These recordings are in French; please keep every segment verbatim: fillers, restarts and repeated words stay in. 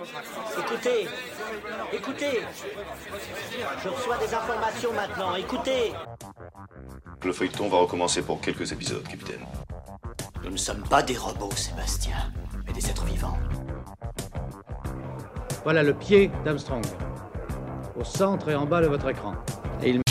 Écoutez, écoutez, je reçois des informations maintenant, écoutez. Le feuilleton va recommencer pour quelques épisodes, capitaine. Nous ne sommes pas des robots, Sébastien, mais des êtres vivants. Voilà le pied d'Armstrong, au centre et en bas de votre écran. Et il...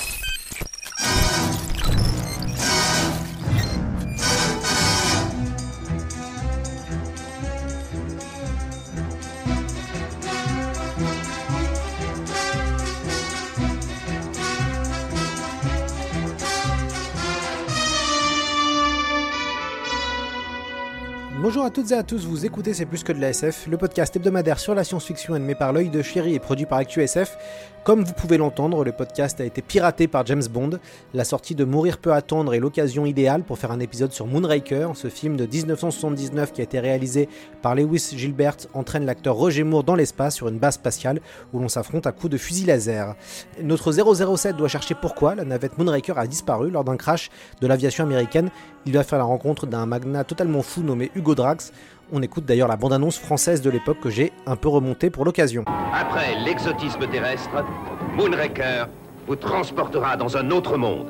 Bonjour à toutes et à tous, vous écoutez C'est plus que de la S F, le podcast hebdomadaire sur la science-fiction animé par l'œil de Chéri et produit par ActuSF. Comme vous pouvez l'entendre, le podcast a été piraté par James Bond. La sortie de Mourir peut attendre est l'occasion idéale pour faire un épisode sur Moonraker. Ce film de dix-neuf cent soixante-dix-neuf qui a été réalisé par Lewis Gilbert entraîne l'acteur Roger Moore dans l'espace sur une base spatiale où l'on s'affronte à coups de fusil laser. Notre zéro zéro sept doit chercher pourquoi la navette Moonraker a disparu lors d'un crash de l'aviation américaine. Il va faire la rencontre d'un magnat totalement fou nommé Hugo Drax. On écoute d'ailleurs la bande-annonce française de l'époque que j'ai un peu remontée pour l'occasion. Après l'exotisme terrestre, Moonraker vous transportera dans un autre monde.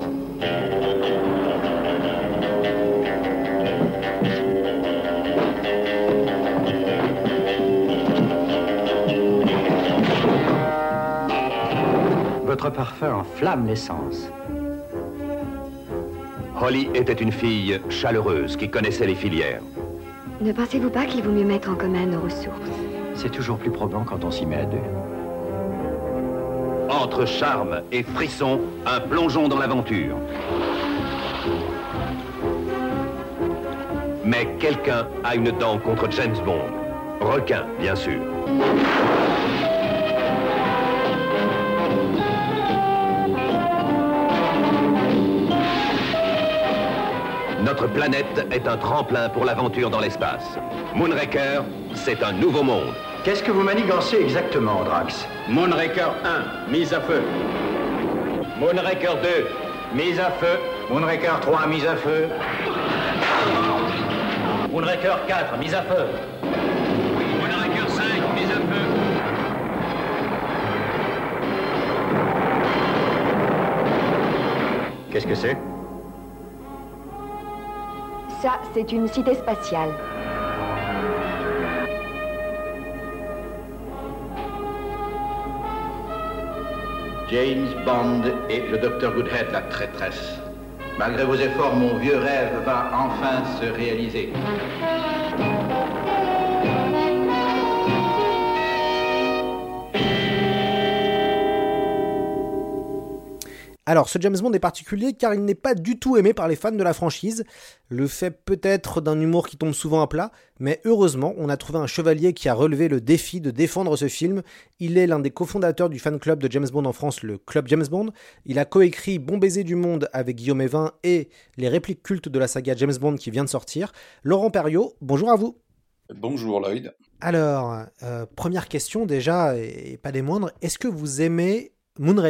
Votre parfum enflamme l'essence. Holly était une fille chaleureuse qui connaissait les filières. Ne pensez-vous pas qu'il vaut mieux mettre en commun nos ressources ? C'est toujours plus probant quand on s'y met à deux. Entre charme et frisson, un plongeon dans l'aventure. Mais quelqu'un a une dent contre James Bond. Requin, bien sûr. Notre planète est un tremplin pour l'aventure dans l'espace. Moonraker, c'est un nouveau monde. Qu'est-ce que vous manigancez exactement, Drax ? Moonraker un, mise à feu. Moonraker deux, mise à feu. Moonraker trois, mise à feu. Moonraker quatre, mise à feu. Moonraker cinq, mise à feu. Qu'est-ce que c'est ? Ça, c'est une cité spatiale. James Bond et le docteur Goodhead, la traîtresse. Malgré vos efforts, mon vieux rêve va enfin se réaliser. Alors, ce James Bond est particulier car il n'est pas du tout aimé par les fans de la franchise. Le fait peut-être d'un humour qui tombe souvent à plat, mais heureusement, on a trouvé un chevalier qui a relevé le défi de défendre ce film. Il est l'un des cofondateurs du fan club de James Bond en France, le Club James Bond. Il a coécrit Bon baiser du monde avec Guillaume Evin et les répliques cultes de la saga James Bond qui vient de sortir. Laurent Perriot, bonjour à vous. Bonjour Lloyd. Alors, euh, première question déjà, et pas des moindres, est-ce que vous aimez Moonraker ?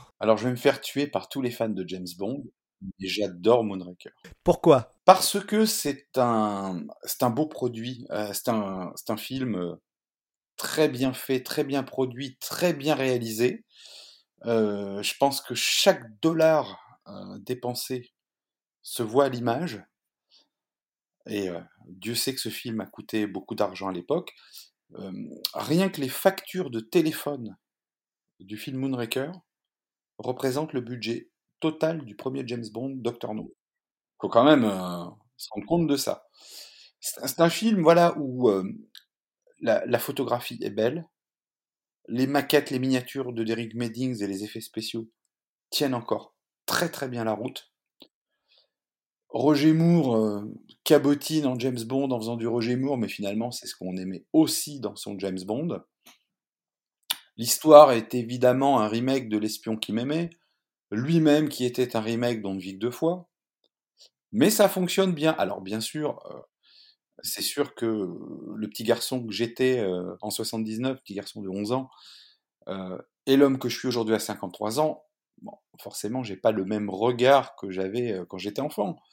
Alors je vais me faire tuer par tous les fans de James Bond, et j'adore Moonraker. Pourquoi ? Parce que c'est un, c'est un beau produit, euh, c'est, un, c'est un film très bien fait, très bien produit, très bien réalisé. Euh, je pense que chaque dollar euh, dépensé se voit à l'image. Et euh, Dieu sait que ce film a coûté beaucoup d'argent à l'époque. Euh, rien que les factures de téléphone du film Moonraker représente le budget total du premier James Bond, docteur No. Faut quand même euh, se rendre compte de ça. C'est, c'est un film, voilà, où euh, la, la photographie est belle, les maquettes, les miniatures de Derek Meddings et les effets spéciaux tiennent encore très très bien la route. Roger Moore euh, cabotine en James Bond en faisant du Roger Moore, mais finalement c'est ce qu'on aimait aussi dans son James Bond. L'histoire est évidemment un remake de L'espion qui m'aimait, lui-même qui était un remake d'On ne vit que deux fois, mais ça fonctionne bien. Alors bien sûr, euh, c'est sûr que le petit garçon que j'étais euh, en soixante-dix-neuf, petit garçon de onze ans, euh, et l'homme que je suis aujourd'hui à cinquante-trois ans, bon, forcément j'ai pas le même regard que j'avais euh, quand j'étais enfant.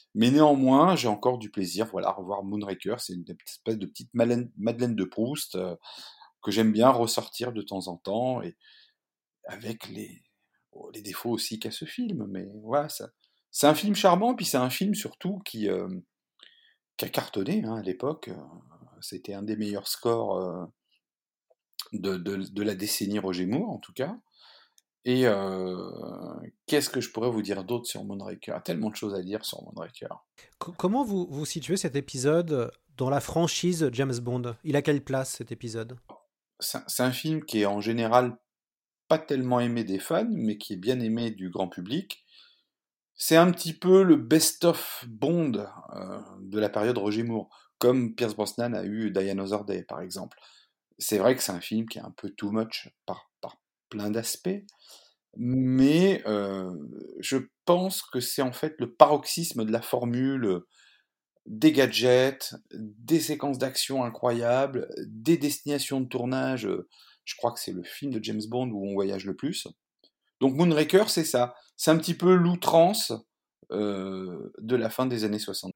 Mais néanmoins, j'ai encore du plaisir, voilà, à revoir Moonraker. C'est une espèce de petite Madeleine, Madeleine de Proust euh, que j'aime bien ressortir de temps en temps, et avec les, oh, les défauts aussi qu'a ce film. Mais voilà, ça, c'est un film charmant, puis c'est un film surtout qui, euh, qui a cartonné hein, à l'époque. C'était un des meilleurs scores euh, de, de, de la décennie Roger Moore, en tout cas. Et euh, qu'est-ce que je pourrais vous dire d'autre sur Moonraker ? Il y a tellement de choses à dire sur Moonraker. C- comment vous, vous situez cet épisode dans la franchise James Bond ? Il a quelle place, cet épisode ? C'est, c'est un film qui est en général pas tellement aimé des fans, mais qui est bien aimé du grand public. C'est un petit peu le best-of Bond euh, de la période Roger Moore, comme Pierce Brosnan a eu Die Another Day, par exemple. C'est vrai que c'est un film qui est un peu too much par, par plein d'aspects, mais euh, je pense que c'est en fait le paroxysme de la formule, des gadgets, des séquences d'action incroyables, des destinations de tournage. Je crois que c'est le film de James Bond où on voyage le plus. Donc Moonraker, c'est ça. C'est un petit peu l'outrance euh, de la fin des années soixante.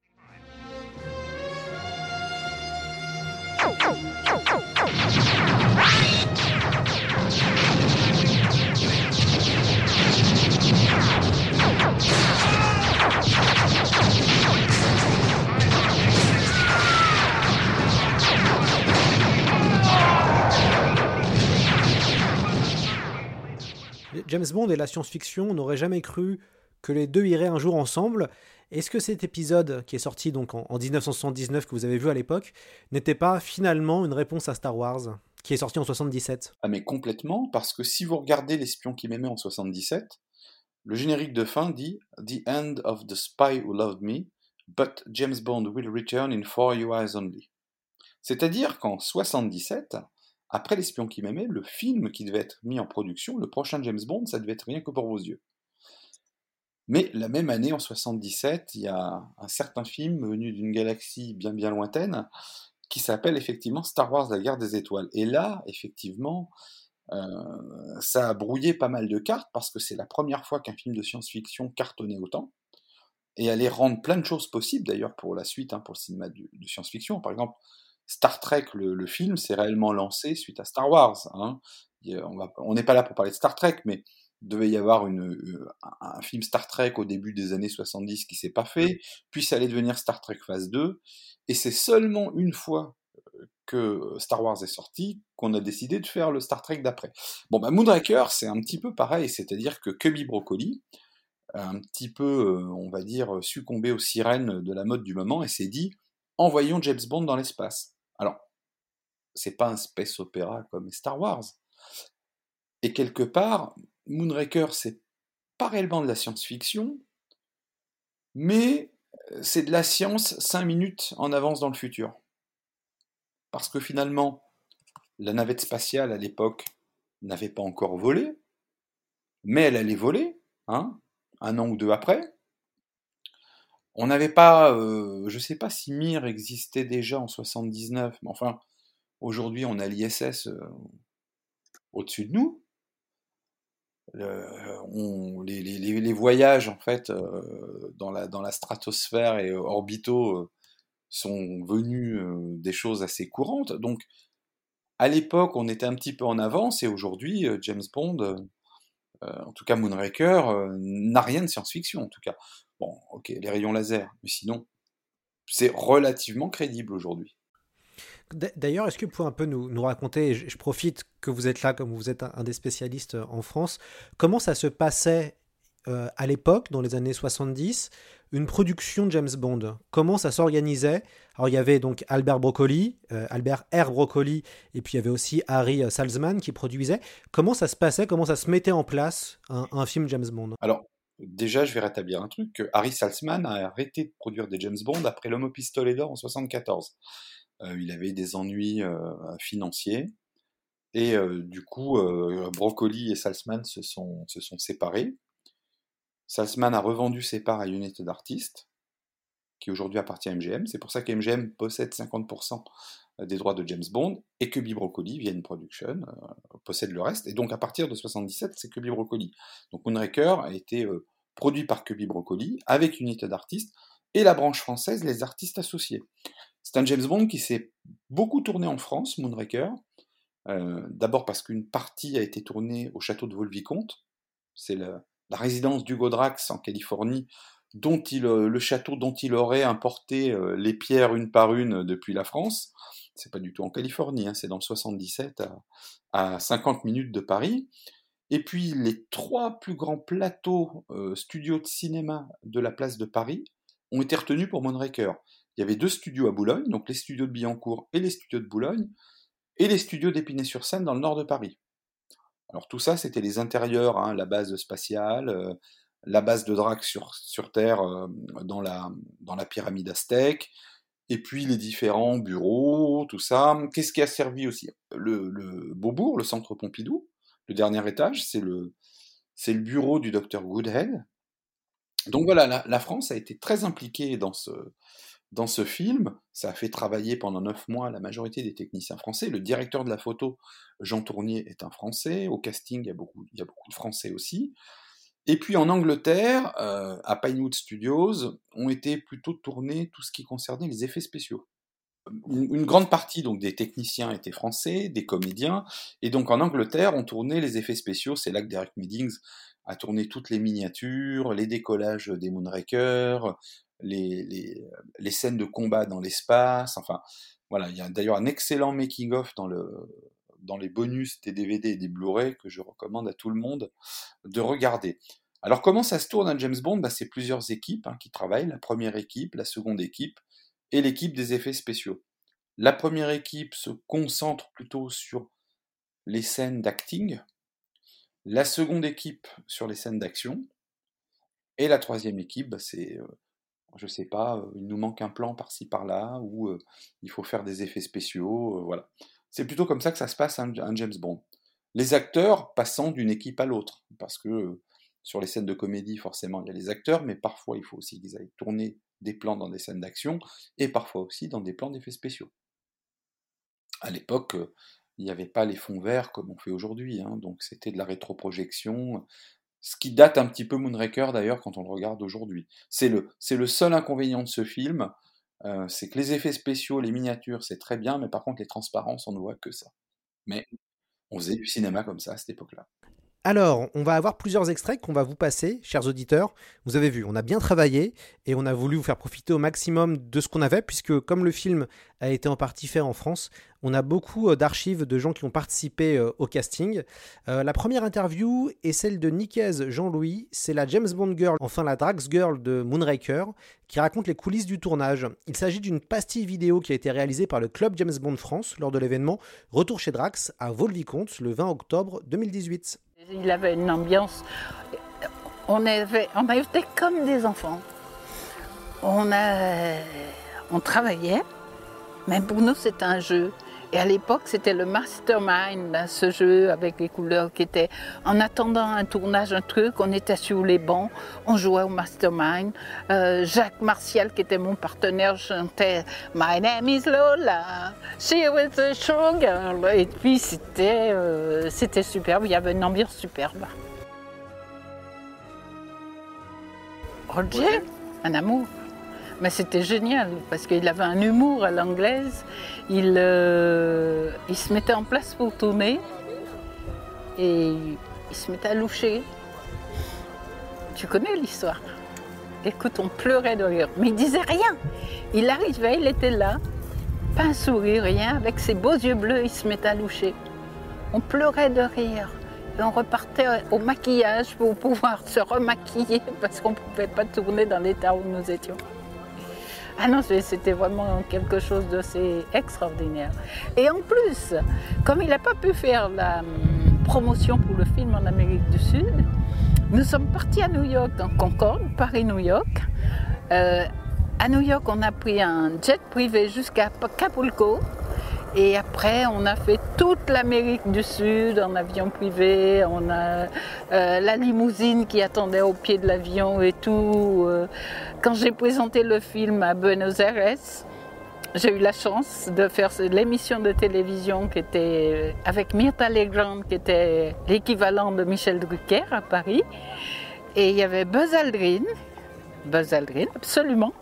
James Bond et la science-fiction, on n'aurait jamais cru que les deux iraient un jour ensemble. Est-ce que cet épisode, qui est sorti donc en, en dix-neuf cent soixante-dix-neuf, que vous avez vu à l'époque, n'était pas finalement une réponse à Star Wars, qui est sorti en soixante-dix-sept ? Ah mais complètement, parce que si vous regardez L'espion qui m'aimait en soixante-dix-sept, le générique de fin dit « The end of the spy who loved me, but James Bond will return in for your eyes only ». C'est-à-dire qu'en soixante-dix-sept, après L'espion qui m'aimait, le film qui devait être mis en production, le prochain James Bond, ça devait être Rien que pour vos yeux. Mais la même année, en soixante-dix-sept, il y a un certain film venu d'une galaxie bien bien lointaine qui s'appelle effectivement Star Wars, la guerre des étoiles. Et là, effectivement, euh, ça a brouillé pas mal de cartes parce que c'est la première fois qu'un film de science-fiction cartonnait autant et allait rendre plein de choses possibles d'ailleurs pour la suite, hein, pour le cinéma de, de science-fiction. Par exemple, Star Trek, le, le film, s'est réellement lancé suite à Star Wars. Hein. On n'est pas là pour parler de Star Trek, mais il devait y avoir une, un film Star Trek au début des années soixante-dix qui s'est pas fait, puis ça allait devenir Star Trek phase deux, et c'est seulement une fois que Star Wars est sorti qu'on a décidé de faire le Star Trek d'après. Bon, bah Moonraker, c'est un petit peu pareil, c'est-à-dire que Cubby Broccoli a un petit peu, on va dire, succombé aux sirènes de la mode du moment et s'est dit « Envoyons James Bond dans l'espace ». Alors, c'est pas un space opéra comme Star Wars, et quelque part, Moonraker, c'est pas réellement de la science-fiction, mais c'est de la science cinq minutes en avance dans le futur. Parce que finalement, la navette spatiale, à l'époque, n'avait pas encore volé, mais elle allait voler, hein, un an ou deux après. On n'avait pas, euh, je sais pas si Mir existait déjà en soixante-dix-neuf, mais enfin, aujourd'hui, on a l'I S S euh, au-dessus de nous. Le, on, les, les, les voyages en fait euh, dans, la, dans la stratosphère et orbitaux euh, sont venus euh, des choses assez courantes. Donc à l'époque on était un petit peu en avance et aujourd'hui euh, James Bond, euh, euh, en tout cas Moonraker, euh, n'a rien de science-fiction en tout cas. Bon, ok, les rayons laser, mais sinon c'est relativement crédible aujourd'hui. D'ailleurs, est-ce que vous pouvez un peu nous, nous raconter, je, je profite que vous êtes là, comme vous êtes un, un des spécialistes en France, comment ça se passait euh, à l'époque, dans les années soixante-dix, une production de James Bond? Comment ça s'organisait? Alors, il y avait donc Albert Broccoli, euh, Albert R. Broccoli, et puis il y avait aussi Harry Saltzman qui produisait. Comment ça se passait? Comment ça se mettait en place, un, un film James Bond? Alors, déjà, je vais rétablir un truc, que Harry Saltzman a arrêté de produire des James Bond après L'Homme au pistolet d'or en soixante-quatorze. Euh, il avait des ennuis euh, financiers et euh, du coup euh, Broccoli et Saltzman se sont, se sont séparés. Saltzman a revendu ses parts à United Artists qui aujourd'hui appartient à M G M, c'est pour ça que M G M possède cinquante pour cent des droits de James Bond et que Cubby Broccoli, Vienne Production, euh, possède le reste, et donc à partir de soixante-dix-sept c'est Cubby Broccoli. Donc Moonraker a été euh, produit par Cubby Broccoli avec United Artists et la branche française, les artistes associés. C'est un James Bond qui s'est beaucoup tourné en France, Moonraker, euh, d'abord parce qu'une partie a été tournée au château de Vaux-le-Vicomte, c'est la, la résidence d'Hugo Drax en Californie, dont il, le château dont il aurait importé les pierres une par une depuis la France. C'est pas du tout en Californie, hein, c'est dans le soixante-dix-sept à, à cinquante minutes de Paris. Et puis les trois plus grands plateaux euh, studios de cinéma de la place de Paris ont été retenus pour Moonraker. Il y avait deux studios à Boulogne, donc les studios de Billancourt et les studios de Boulogne, et les studios d'Épinay-sur-Seine dans le nord de Paris. Alors tout ça, c'était les intérieurs, hein, la base spatiale, euh, la base de Drax sur, sur Terre euh, dans, la, dans la pyramide aztèque, et puis les différents bureaux, tout ça. Qu'est-ce qui a servi aussi ? Le, le Beaubourg, le centre Pompidou, le dernier étage, c'est le, c'est le bureau du docteur Goodhead. Donc voilà, la, la France a été très impliquée dans ce, dans ce film. Ça a fait travailler pendant neuf mois la majorité des techniciens français. Le directeur de la photo, Jean Tournier, est un Français. Au casting, il y a beaucoup, il y a beaucoup de Français aussi. Et puis en Angleterre, euh, à Pinewood Studios, ont été plutôt tournés tout ce qui concernait les effets spéciaux. Une, une grande partie donc des techniciens étaient français, des comédiens, et donc en Angleterre, on tournait les effets spéciaux. C'est là que Derek Meddings a tourné toutes les miniatures, les décollages des Moonrakers, les, les, les scènes de combat dans l'espace. Enfin, voilà, il y a d'ailleurs un excellent making-of dans le dans les bonus des D V D et des Blu-ray que je recommande à tout le monde de regarder. Alors comment ça se tourne un James Bond ? Bah, c'est plusieurs équipes hein, qui travaillent, la première équipe, la seconde équipe et l'équipe des effets spéciaux. La première équipe se concentre plutôt sur les scènes d'acting, la seconde équipe sur les scènes d'action, et la troisième équipe, bah, c'est, euh, je sais pas, euh, il nous manque un plan par-ci par-là, ou euh, il faut faire des effets spéciaux, euh, voilà. C'est plutôt comme ça que ça se passe un, un James Bond. Les acteurs passant d'une équipe à l'autre, parce que euh, sur les scènes de comédie, forcément, il y a les acteurs, mais parfois, il faut aussi qu'ils aillent tourner des plans dans des scènes d'action, et parfois aussi dans des plans d'effets spéciaux. À l'époque, euh, il n'y avait pas les fonds verts comme on fait aujourd'hui, hein, donc c'était de la rétroprojection, ce qui date un petit peu Moonraker d'ailleurs quand on le regarde aujourd'hui. C'est le, c'est le seul inconvénient de ce film, euh, c'est que les effets spéciaux, les miniatures, c'est très bien, mais par contre les transparences, on ne voit que ça. Mais on faisait du cinéma comme ça à cette époque-là. Alors, on va avoir plusieurs extraits qu'on va vous passer, chers auditeurs. Vous avez vu, on a bien travaillé et on a voulu vous faire profiter au maximum de ce qu'on avait, puisque comme le film a été en partie fait en France, on a beaucoup d'archives de gens qui ont participé au casting. Euh, la première interview est celle de Nicaise Jean-Louis, c'est la James Bond Girl, enfin la Drax Girl de Moonraker, qui raconte les coulisses du tournage. Il s'agit d'une pastille vidéo qui a été réalisée par le Club James Bond France lors de l'événement Retour chez Drax à Vaux-le-Vicomte le vingt octobre deux mille dix-huit. Il avait une ambiance, on avait, on était comme des enfants. On, a, on travaillait, mais pour nous c'était un jeu. Et à l'époque c'était le mastermind, ce jeu avec les couleurs qui était, en attendant un tournage, un truc, on était sur les bancs, on jouait au mastermind. Euh, Jacques Martial, qui était mon partenaire, chantait « My name is Lola, she was a showgirl ». Et puis c'était, euh, c'était superbe, il y avait une ambiance superbe. Roger, un amour. Mais c'était génial, parce qu'il avait un humour à l'anglaise. Il, euh, il se mettait en place pour tourner et il se mettait à loucher. Tu connais l'histoire. Écoute, on pleurait de rire, mais il disait rien. Il arrivait, il était là, pas un sourire, rien, avec ses beaux yeux bleus, il se mettait à loucher. On pleurait de rire. Et on repartait au maquillage pour pouvoir se remaquiller, parce qu'on ne pouvait pas tourner dans l'état où nous étions. Ah non, c'était vraiment quelque chose d'assez extraordinaire. Et en plus, comme il n'a pas pu faire la promotion pour le film en Amérique du Sud, nous sommes partis à New York, en Concorde, Paris-New York. Euh, à New York, on a pris un jet privé jusqu'à Acapulco. Et après, on a fait toute l'Amérique du Sud en avion privé. On a euh, la limousine qui attendait au pied de l'avion et tout. Quand j'ai présenté le film à Buenos Aires, j'ai eu la chance de faire l'émission de télévision qui était avec Myrtha Legrand, qui était l'équivalent de Michel Drucker à Paris. Et il y avait Buzz Aldrin, Buzz Aldrin, absolument,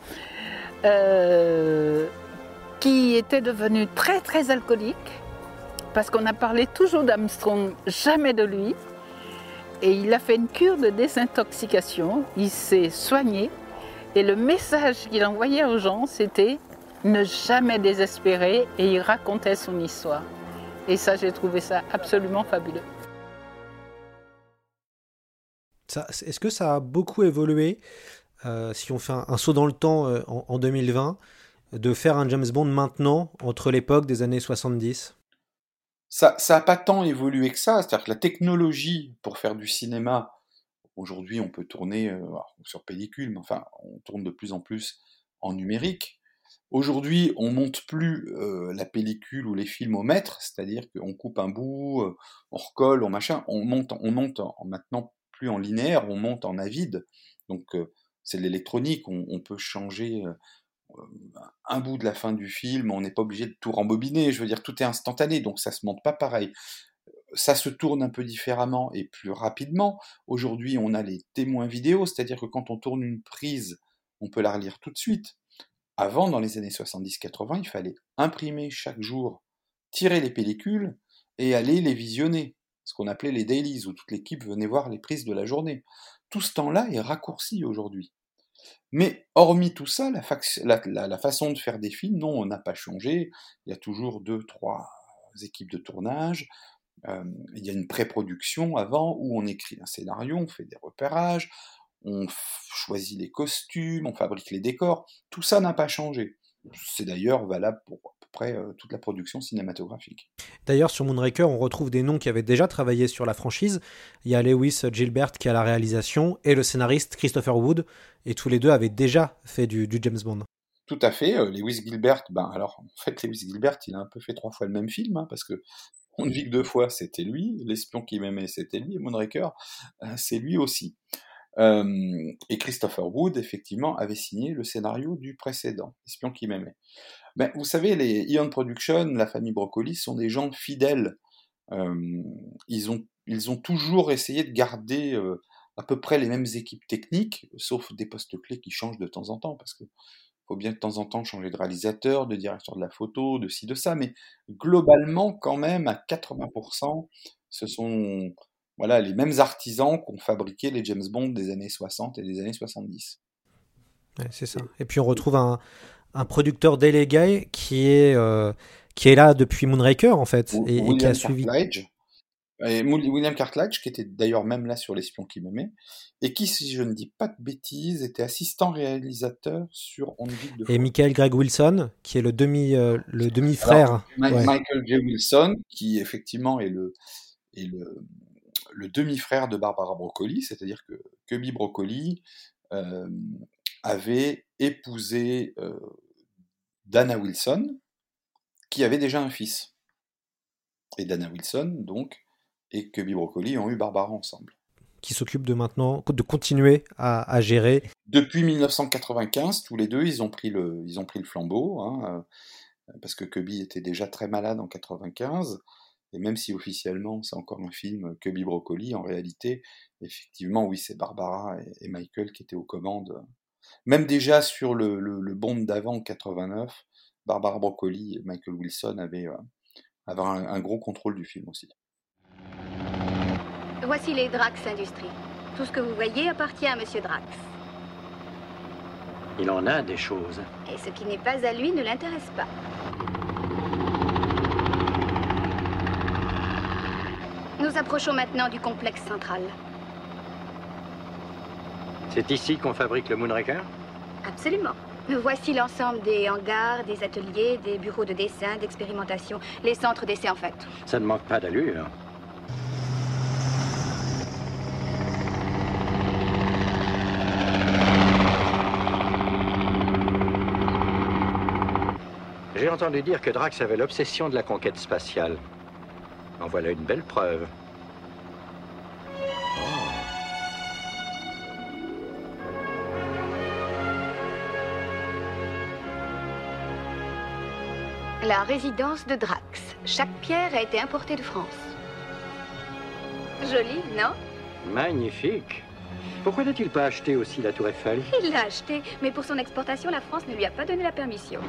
euh, qui était devenu très très alcoolique, parce qu'on a parlé toujours d'Armstrong, jamais de lui, et il a fait une cure de désintoxication, il s'est soigné, et le message qu'il envoyait aux gens, c'était ne jamais désespérer, et il racontait son histoire. Et ça, j'ai trouvé ça absolument fabuleux. Ça, est-ce que ça a beaucoup évolué, euh, si on fait un, un saut dans le temps euh, en, en deux mille vingt, de faire un James Bond maintenant, entre l'époque des années soixante-dix ? Ça n'a pas tant évolué que ça, c'est-à-dire que la technologie pour faire du cinéma, aujourd'hui on peut tourner euh, sur pellicule, mais enfin on tourne de plus en plus en numérique. Aujourd'hui on monte plus euh, la pellicule ou les films au mètre, c'est-à-dire qu'on coupe un bout, euh, on recolle, on machin, on monte, on monte en, maintenant plus en linéaire, on monte en avide, donc euh, c'est de l'électronique, on, on peut changer... Euh, un bout de la fin du film, on n'est pas obligé de tout rembobiner, je veux dire, tout est instantané, donc ça se monte pas pareil. Ça se tourne un peu différemment et plus rapidement. Aujourd'hui, on a les témoins vidéo, c'est-à-dire que quand on tourne une prise, on peut la relire tout de suite. Avant, dans les années soixante-dix quatre-vingts, il fallait imprimer chaque jour, tirer les pellicules et aller les visionner, ce qu'on appelait les dailies, où toute l'équipe venait voir les prises de la journée. Tout ce temps-là est raccourci aujourd'hui. Mais hormis tout ça, la, fac- la, la, la façon de faire des films, non, on n'a pas changé. Il y a toujours deux, trois équipes de tournage. Euh, il y a une pré-production avant où on écrit un scénario, on fait des repérages, on f- choisit les costumes, on fabrique les décors. Tout ça n'a pas changé. C'est d'ailleurs valable pour à peu près euh, toute la production cinématographique. D'ailleurs, sur Moonraker, on retrouve des noms qui avaient déjà travaillé sur la franchise. Il y a Lewis Gilbert qui a la réalisation et le scénariste Christopher Wood, et tous les deux avaient déjà fait du, du James Bond. Tout à fait. Euh, Lewis Gilbert, ben alors en fait Lewis Gilbert, il a un peu fait trois fois le même film, hein, parce que On ne vit que deux fois, c'était lui. L'espion qui m'aimait, c'était lui. Et Moonraker, euh, c'est lui aussi. Euh, et Christopher Wood, effectivement, avait signé le scénario du précédent, L'espion qui m'aimait. Ben, vous savez, les Eon Productions, la famille Broccoli, sont des gens fidèles. Euh, ils, ont, ils ont toujours essayé de garder euh, à peu près les mêmes équipes techniques, sauf des postes clés qui changent de temps en temps, parce que faut bien de temps en temps changer de réalisateur, de directeur de la photo, de ci, de ça, mais globalement, quand même, à quatre-vingts pour cent, ce sont voilà, les mêmes artisans qui ont fabriqué les James Bond des années soixante et des années soixante-dix. Ouais, c'est ça. Et puis on retrouve un, un producteur délégué qui est, euh, qui est là depuis Moonraker, en fait, et, et qui a suivi... Cartledge. Et William Cartledge, qui était d'ailleurs même là sur L'espion qui m'aimait, et qui, si je ne dis pas de bêtises, était assistant réalisateur sur On ne vit que deux fois. Et Michael Greg Wilson, qui est le, demi, euh, le demi-frère. Alors, ouais. Michael J. Wilson, qui effectivement est le, est le, le demi-frère de Barbara Broccoli, c'est-à-dire que Cubby Broccoli euh, avait épousé euh, Dana Wilson, qui avait déjà un fils. Et Dana Wilson, donc, et Cubby Broccoli ont eu Barbara ensemble. Qui s'occupe de maintenant, de continuer à, à gérer. Depuis dix-neuf cent quatre-vingt-quinze, tous les deux, ils ont pris le, ils ont pris le flambeau, hein, parce que Cubby était déjà très malade en quatre-vingt-quinze, et même si officiellement c'est encore un film Cubby Broccoli, en réalité, effectivement, oui, c'est Barbara et, et Michael qui étaient aux commandes. Même déjà sur le, le, le Bond d'avant, quatre-vingt-neuf, Barbara Broccoli et Michael Wilson avaient, euh, avaient un, un gros contrôle du film aussi. Voici les Drax Industries. Tout ce que vous voyez appartient à Monsieur Drax. Il en a des choses. Et ce qui n'est pas à lui ne l'intéresse pas. Nous approchons maintenant du complexe central. C'est ici qu'on fabrique le Moonraker ? Absolument. Voici l'ensemble des hangars, des ateliers, des bureaux de dessin, d'expérimentation, les centres d'essai en fait. Ça ne manque pas d'allure. J'ai entendu dire que Drax avait l'obsession de la conquête spatiale. En voilà une belle preuve. La résidence de Drax. Chaque pierre a été importée de France. Joli, non ? Magnifique. Pourquoi n'a-t-il pas acheté aussi la Tour Eiffel? Il l'a acheté, mais pour son exportation, la France ne lui a pas donné la permission.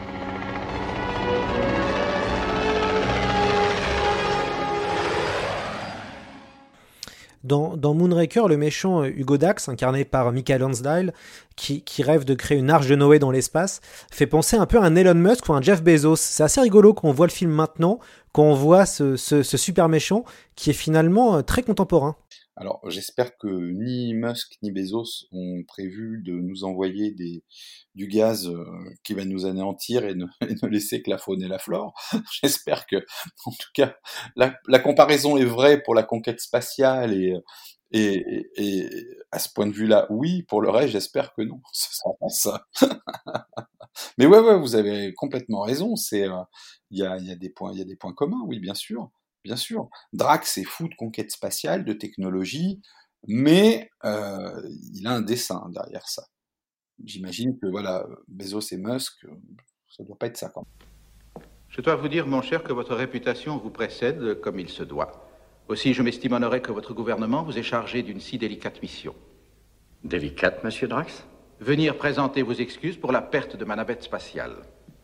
Dans, dans Moonraker, le méchant Hugo Dax, incarné par Michael Lansdale, qui, qui rêve de créer une arche de Noé dans l'espace, fait penser un peu à un Elon Musk ou un Jeff Bezos. C'est assez rigolo quand on voit le film maintenant, quand on voit ce, ce, ce super méchant qui est finalement très contemporain. Alors, j'espère que ni Musk ni Bezos ont prévu de nous envoyer des, du gaz euh, qui va nous anéantir et ne, et ne laisser que la faune et la flore. J'espère que, en tout cas, la, la comparaison est vraie pour la conquête spatiale et, et, et, et à ce point de vue-là, oui. Pour le reste, j'espère que non. Ce sera pas ça. Mais ouais, ouais, vous avez complètement raison. C'est, il euh, y a, y a des points, il y a des points communs, oui, bien sûr. Bien sûr, Drax est fou de conquête spatiale, de technologie, mais euh, il a un dessein derrière ça. J'imagine que voilà, Bezos et Musk, ça doit pas être ça quand même. Je dois vous dire, mon cher, que votre réputation vous précède comme il se doit. Aussi, je m'estime honoré que votre gouvernement vous ait chargé d'une si délicate mission. Délicate, monsieur Drax? Venir présenter vos excuses pour la perte de ma navette spatiale.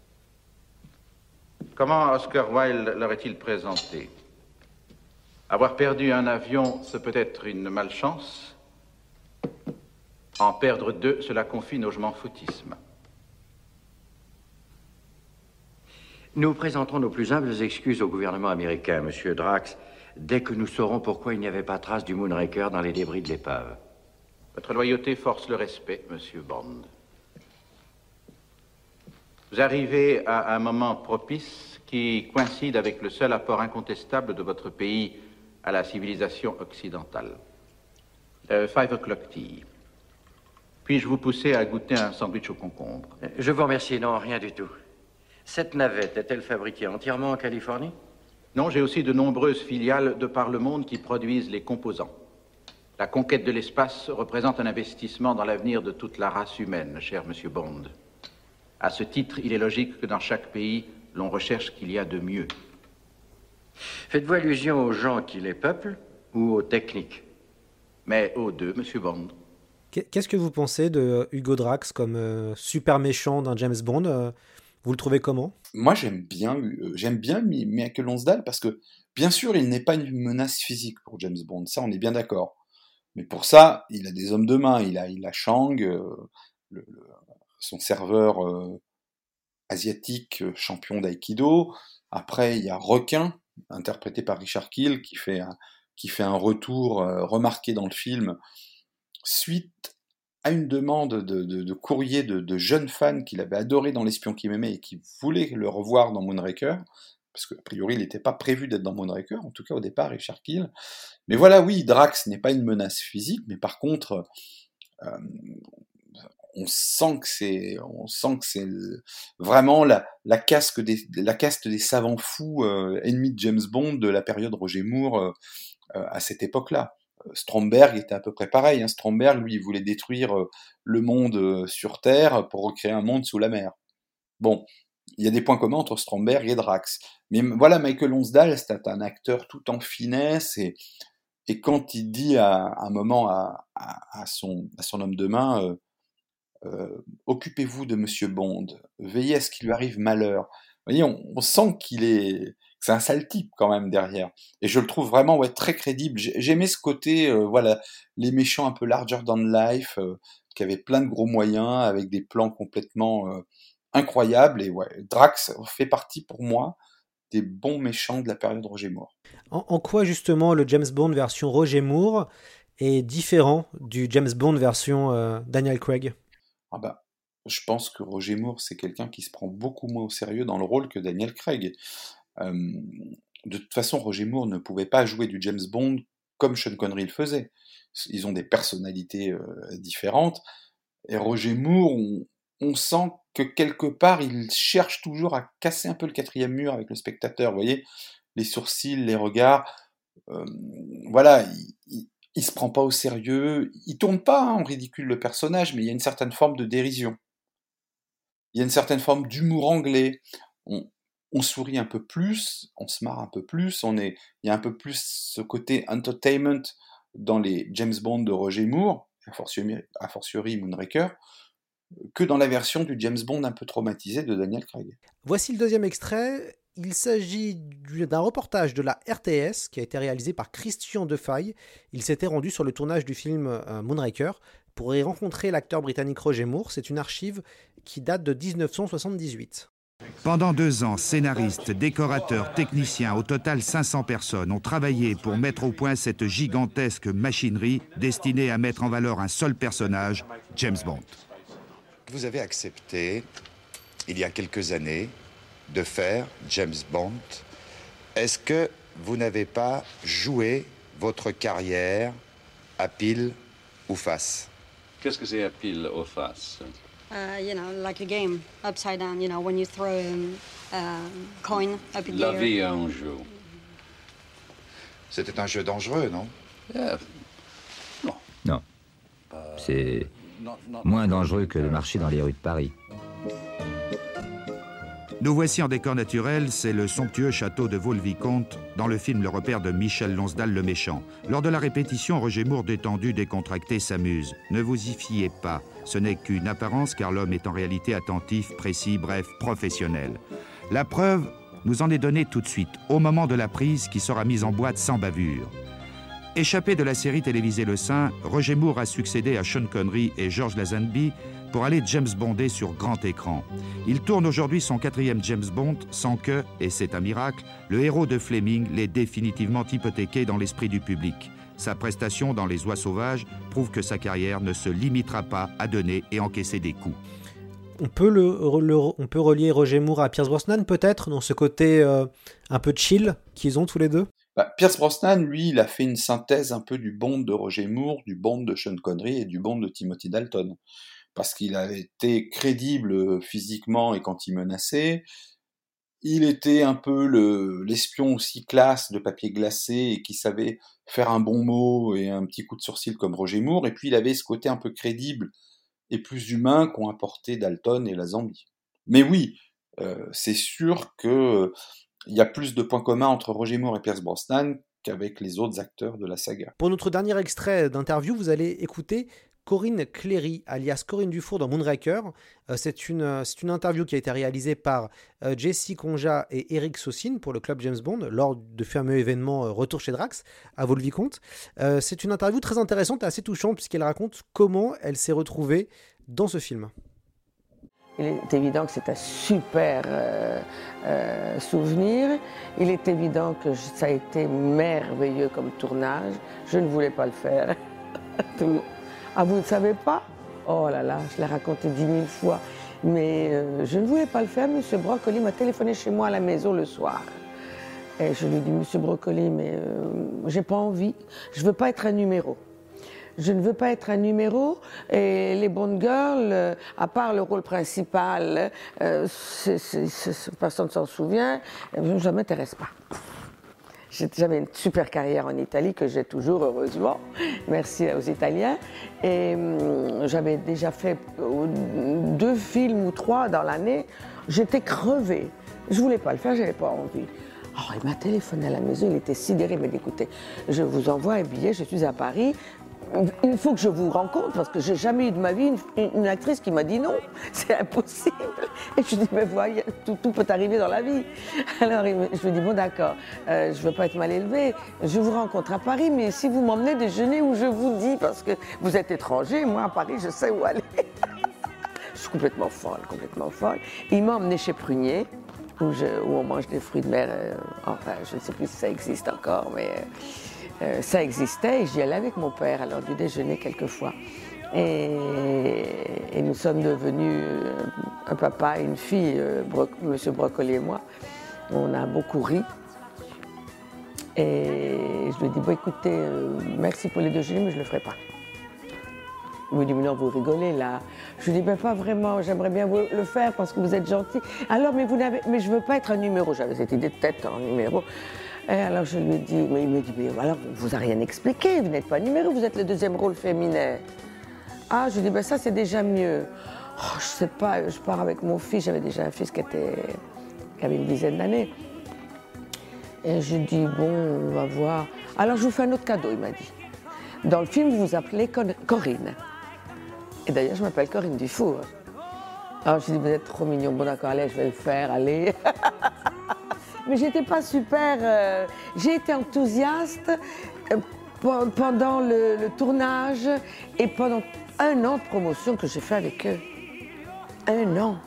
Comment Oscar Wilde l'aurait-il présenté? Avoir perdu un avion, ce peut être une malchance. En perdre deux, cela confine au je m'en foutisme. Nous présenterons nos plus humbles excuses au gouvernement américain, monsieur Drax, dès que nous saurons pourquoi il n'y avait pas trace du Moonraker dans les débris de l'épave. Votre loyauté force le respect, monsieur Bond. Vous arrivez à un moment propice qui coïncide avec le seul apport incontestable de votre pays à la civilisation occidentale. Euh, five o'clock tea. Puis-je vous pousser à goûter un sandwich au concombre? Je vous remercie, non, rien du tout. Cette navette est-elle fabriquée entièrement en Californie? Non, j'ai aussi de nombreuses filiales de par le monde qui produisent les composants. La conquête de l'espace représente un investissement dans l'avenir de toute la race humaine, cher monsieur Bond. À ce titre, il est logique que dans chaque pays, l'on recherche ce qu'il y a de mieux. Faites-vous allusion aux gens qui les peuplent ou aux techniques? Mais aux deux, monsieur Bond. Qu'est-ce que vous pensez de Hugo Drax comme euh, super méchant d'un James Bond? euh, Vous le trouvez comment? Moi, j'aime bien, euh, j'aime bien Michael Lansdale parce que, bien sûr, il n'est pas une menace physique pour James Bond. Ça, on est bien d'accord. Mais pour ça, il a des hommes de main. Il a, il a Shang, euh, le, le, son serveur euh, asiatique, euh, champion d'aïkido. Après, il y a Requin, interprété par Richard Kiel, qui fait un, qui fait un retour euh, remarqué dans le film, suite à une demande de, de, de courrier de, de jeunes fans qu'il avait adoré dans L'espion qui m'aimait et qui voulaient le revoir dans Moonraker, parce qu'a priori il n'était pas prévu d'être dans Moonraker, en tout cas au départ, Richard Kiel. Mais voilà, oui, Drax n'est pas une menace physique, mais par contre, euh, on sent que c'est, on sent que c'est vraiment la, la, casque des, la caste des savants fous euh, ennemis de James Bond de la période Roger Moore euh, euh, à cette époque-là. Stromberg était à peu près pareil. Hein. Stromberg, lui, il voulait détruire euh, le monde euh, sur Terre pour recréer un monde sous la mer. Bon, il y a des points communs entre Stromberg et Drax. Mais voilà, Michael Lansdale, c'est un acteur tout en finesse et, et quand il dit à, à un moment à, à, à, son, à son homme de main euh, euh, « Occupez-vous de Monsieur Bond, veillez à ce qu'il lui arrive malheur ». Vous voyez, on, on sent qu'il est... c'est un sale type quand même derrière. Et je le trouve vraiment ouais, très crédible. J'aimais ce côté, euh, voilà, les méchants un peu larger than life, euh, qui avaient plein de gros moyens, avec des plans complètement euh, incroyables. Et ouais, Drax fait partie pour moi des bons méchants de la période Roger Moore. En, en quoi justement le James Bond version Roger Moore est différent du James Bond version euh, Daniel Craig? Ah bah, je pense que Roger Moore, c'est quelqu'un qui se prend beaucoup moins au sérieux dans le rôle que Daniel Craig. Euh, de toute façon, Roger Moore ne pouvait pas jouer du James Bond comme Sean Connery le faisait. Ils ont des personnalités euh, différentes. Et Roger Moore, on, on sent que quelque part, il cherche toujours à casser un peu le quatrième mur avec le spectateur. Vous voyez, les sourcils, les regards. Euh, voilà, il, il, il se prend pas au sérieux. Il tourne pas hein, en ridicule le personnage, mais il y a une certaine forme de dérision. Il y a une certaine forme d'humour anglais. On, on sourit un peu plus, on se marre un peu plus, on est, il y a un peu plus ce côté entertainment dans les James Bond de Roger Moore, a fortiori, a fortiori Moonraker, que dans la version du James Bond un peu traumatisé de Daniel Craig. Voici le deuxième extrait. Il s'agit d'un reportage de la R T S qui a été réalisé par Christian Defaille. Il s'était rendu sur le tournage du film euh, Moonraker pour y rencontrer l'acteur britannique Roger Moore. C'est une archive qui date de dix-neuf cent soixante-dix-huit. Pendant deux ans, scénaristes, décorateurs, techniciens, au total cinq cents personnes ont travaillé pour mettre au point cette gigantesque machinerie destinée à mettre en valeur un seul personnage, James Bond. Vous avez accepté, il y a quelques années, de faire James Bond. Est-ce que vous n'avez pas joué votre carrière à pile ou face? Qu'est-ce que c'est à pile ou face? Uh, you know, like a game, upside down, you know, when you throw a um, coin up in the La air. vie est un jeu. C'était un jeu dangereux, non? Yeah. Non. Non. C'est moins dangereux que de marcher dans les rues de Paris. Nous voici en décor naturel, c'est le somptueux château de Vaux-le-Vicomte, dans le film Le repère de Michel Lonsdal le méchant. Lors de la répétition, Roger Moore, détendu, décontracté, s'amuse. Ne vous y fiez pas, ce n'est qu'une apparence car l'homme est en réalité attentif, précis, bref, professionnel. La preuve nous en est donnée tout de suite, au moment de la prise qui sera mise en boîte sans bavure. Échappé de la série télévisée Le Saint, Roger Moore a succédé à Sean Connery et George Lazenby pour aller James Bonder sur grand écran. Il tourne aujourd'hui son quatrième James Bond sans que, et c'est un miracle, le héros de Fleming l'ait définitivement hypothéqué dans l'esprit du public. Sa prestation dans Les Oies sauvages prouve que sa carrière ne se limitera pas à donner et encaisser des coups. On peut, le, le, on peut relier Roger Moore à Pierce Brosnan peut-être, dans ce côté euh, un peu chill qu'ils ont tous les deux? Bah, Pierce Brosnan, lui, il a fait une synthèse un peu du Bond de Roger Moore, du Bond de Sean Connery et du Bond de Timothy Dalton. Parce qu'il avait été crédible physiquement et quand il menaçait. Il était un peu le, l'espion aussi classe de papier glacé et qui savait faire un bon mot et un petit coup de sourcil comme Roger Moore. Et puis il avait ce côté un peu crédible et plus humain qu'ont apporté Dalton et Lazenby. Mais oui, euh, c'est sûr que il y a plus de points communs entre Roger Moore et Pierce Brosnan qu'avec les autres acteurs de la saga. Pour notre dernier extrait d'interview, vous allez écouter Corinne Cléry, alias Corinne Dufour dans Moonraker. Euh, c'est, une, c'est une interview qui a été réalisée par euh, Jesse Conja et Eric Saucine pour le club James Bond lors du fameux événement euh, Retour chez Drax à Vaux-le-Vicomte. Euh, c'est une interview très intéressante et assez touchante puisqu'elle raconte comment elle s'est retrouvée dans ce film. Il est évident que c'est un super euh, euh, souvenir. Il est évident que ça a été merveilleux comme tournage. Je ne voulais pas le faire. Tout. Ah, vous ne savez pas? Oh là là, je l'ai raconté dix mille fois. Mais euh, je ne voulais pas le faire. Monsieur Broccoli m'a téléphoné chez moi à la maison le soir. Et je lui ai dit, Monsieur Broccoli, mais euh, j'ai pas envie. Je veux pas être un numéro. Je ne veux pas être un numéro. Et les Bond Girls, euh, à part le rôle principal, euh, c'est, c'est, c'est, personne ne s'en souvient, euh, ça ne m'intéresse pas. J'avais une super carrière en Italie que j'ai toujours, heureusement. Merci aux Italiens. Et hum, j'avais déjà fait deux films ou trois dans l'année. J'étais crevée. Je ne voulais pas le faire, je n'avais pas envie. Oh, il m'a téléphoné à la maison, il était sidéré. Il m'a dit, écoutez, je vous envoie un billet, je suis à Paris. Il faut que je vous rencontre parce que j'ai jamais eu de ma vie une, une actrice qui m'a dit non, c'est impossible. Et je lui dis, mais voyez, tout, tout peut arriver dans la vie. Alors il, je lui dis, bon d'accord, euh, je ne veux pas être mal élevée, je vous rencontre à Paris, mais si vous m'emmenez déjeuner où je vous dis, parce que vous êtes étranger, moi à Paris je sais où aller. Je suis complètement folle, complètement folle. Il m'a emmené chez Prunier, où, je, où on mange des fruits de mer, euh, enfin je ne sais plus si ça existe encore, mais... Euh, Euh, ça existait et j'y allais avec mon père à l'heure du déjeuner quelquefois. Et, et nous sommes devenus un papa et une fille, euh, Bro- Monsieur Broccoli et moi. On a beaucoup ri. Et je lui ai dit, bon écoutez, euh, merci pour les déjeuners, mais je ne le ferai pas. Il me dit, mais non, vous rigolez là. Je lui dis, ben pas vraiment, j'aimerais bien vous le faire parce que vous êtes gentil. Alors, mais, vous n'avez... mais je ne veux pas être un numéro. J'avais cette idée de tête en numéro. Et alors je lui ai dit, mais il me dit, mais alors vous n'avez rien expliqué, vous n'êtes pas numéro, vous êtes le deuxième rôle féminin. Ah, je lui ai dit, ben ça c'est déjà mieux. Oh, je sais pas, je pars avec mon fils, j'avais déjà un fils qui, était, qui avait une dizaine d'années. Et j'ai dit, bon, on va voir. Alors je vous fais un autre cadeau, il m'a dit. Dans le film, vous vous appelez Con- Corinne. Et d'ailleurs, je m'appelle Corinne Dufour. Alors je dis, vous êtes trop mignon, bon d'accord, allez, je vais le faire, allez. Mais j'étais pas super, euh, j'ai été enthousiaste euh, pe- pendant le, le tournage et pendant un an de promotion que j'ai fait avec eux. Un an.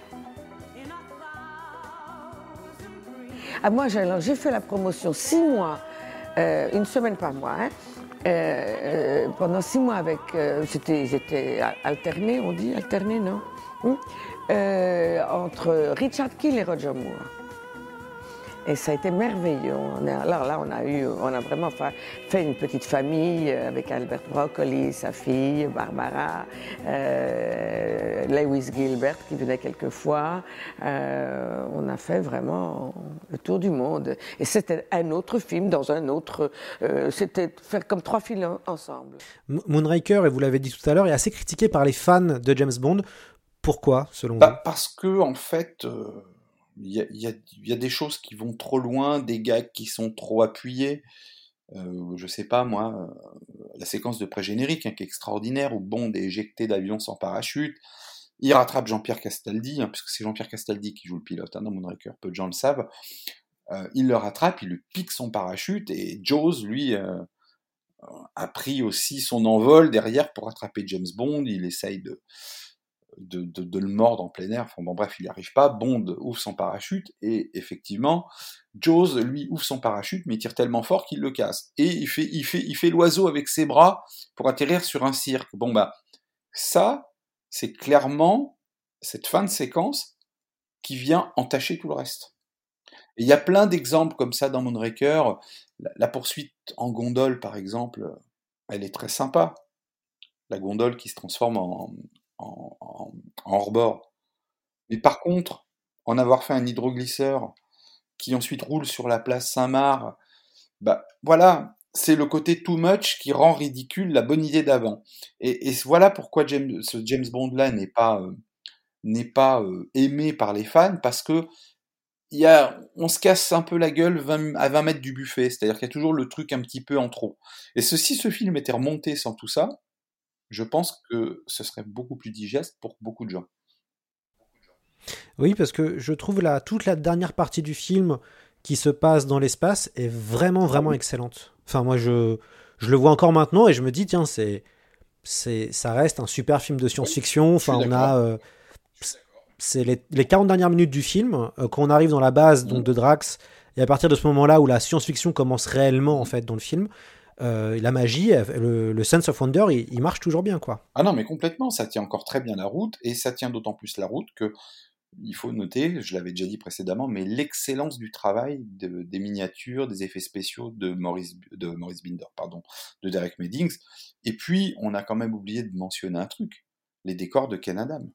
Ah, moi, j'ai, alors, j'ai fait la promotion six mois, euh, une semaine par mois, hein, euh, euh, pendant six mois avec, euh, c'était, ils étaient alternés, on dit, alternés, non hum, euh, entre Richard Kiel et Roger Moore. Et ça a été merveilleux. On a, alors là, on a, eu, on a vraiment fait, fait une petite famille avec Albert Broccoli, sa fille, Barbara, euh, Lewis Gilbert qui venait quelquefois. Euh, on a fait vraiment le tour du monde. Et c'était un autre film dans un autre... Euh, c'était faire comme trois films ensemble. Moonraker, et vous l'avez dit tout à l'heure, est assez critiqué par les fans de James Bond. Pourquoi, selon bah, vous ? Parce que, en fait... Euh... Il y, a, il, y a, il y a des choses qui vont trop loin, des gags qui sont trop appuyés. Euh, je sais pas, moi, euh, la séquence de pré-générique hein, qui est extraordinaire, où Bond est éjecté d'avion sans parachute. Il rattrape Jean-Pierre Castaldi, hein, puisque c'est Jean-Pierre Castaldi qui joue le pilote hein, dans Moonraker, peu de gens le savent. Euh, il le rattrape, il lui pique son parachute, et Jaws, lui, euh, a pris aussi son envol derrière pour rattraper James Bond. Il essaye de... De, de, de le mordre en plein air, enfin bon bref, il n'y arrive pas, Bond ouvre son parachute, et effectivement, Jaws, lui, ouvre son parachute, mais il tire tellement fort qu'il le casse, et il fait, il fait, il fait l'oiseau avec ses bras pour atterrir sur un cirque. Bon bah, ça, c'est clairement cette fin de séquence qui vient entacher tout le reste. Et il y a plein d'exemples comme ça dans Moonraker, la, la poursuite en gondole, par exemple, elle est très sympa, la gondole qui se transforme en En, en, en hors-bord. Mais par contre, en avoir fait un hydroglisseur qui ensuite roule sur la place Saint-Marc, bah voilà, c'est le côté too much qui rend ridicule la bonne idée d'avant. Et, et voilà pourquoi James, ce James Bond-là n'est pas, euh, n'est pas euh, aimé par les fans, parce que y a, on se casse un peu la gueule vingt, à vingt mètres du buffet, c'est-à-dire qu'il y a toujours le truc un petit peu en trop. Et ce, si ce film était remonté sans tout ça, je pense que ce serait beaucoup plus digeste pour beaucoup de gens. Oui, parce que je trouve la, toute la dernière partie du film qui se passe dans l'espace est vraiment, vraiment excellente. Enfin, moi, je, je le vois encore maintenant et je me dis, tiens, c'est, c'est, ça reste un super film de science-fiction. Enfin, on a... Euh, c'est les, les quarante dernières minutes du film, euh, quand on arrive dans la base donc, de Drax, et à partir de ce moment-là où la science-fiction commence réellement, en fait, dans le film... Euh, la magie, le, le sense of wonder, il, il marche toujours bien, quoi. Ah non, mais complètement, ça tient encore très bien la route, et ça tient d'autant plus la route que, il faut noter, je l'avais déjà dit précédemment, mais l'excellence du travail de, des miniatures, des effets spéciaux de Maurice, de Maurice Binder, pardon, de Derek Meddings, et puis on a quand même oublié de mentionner un truc, les décors de Ken Adam.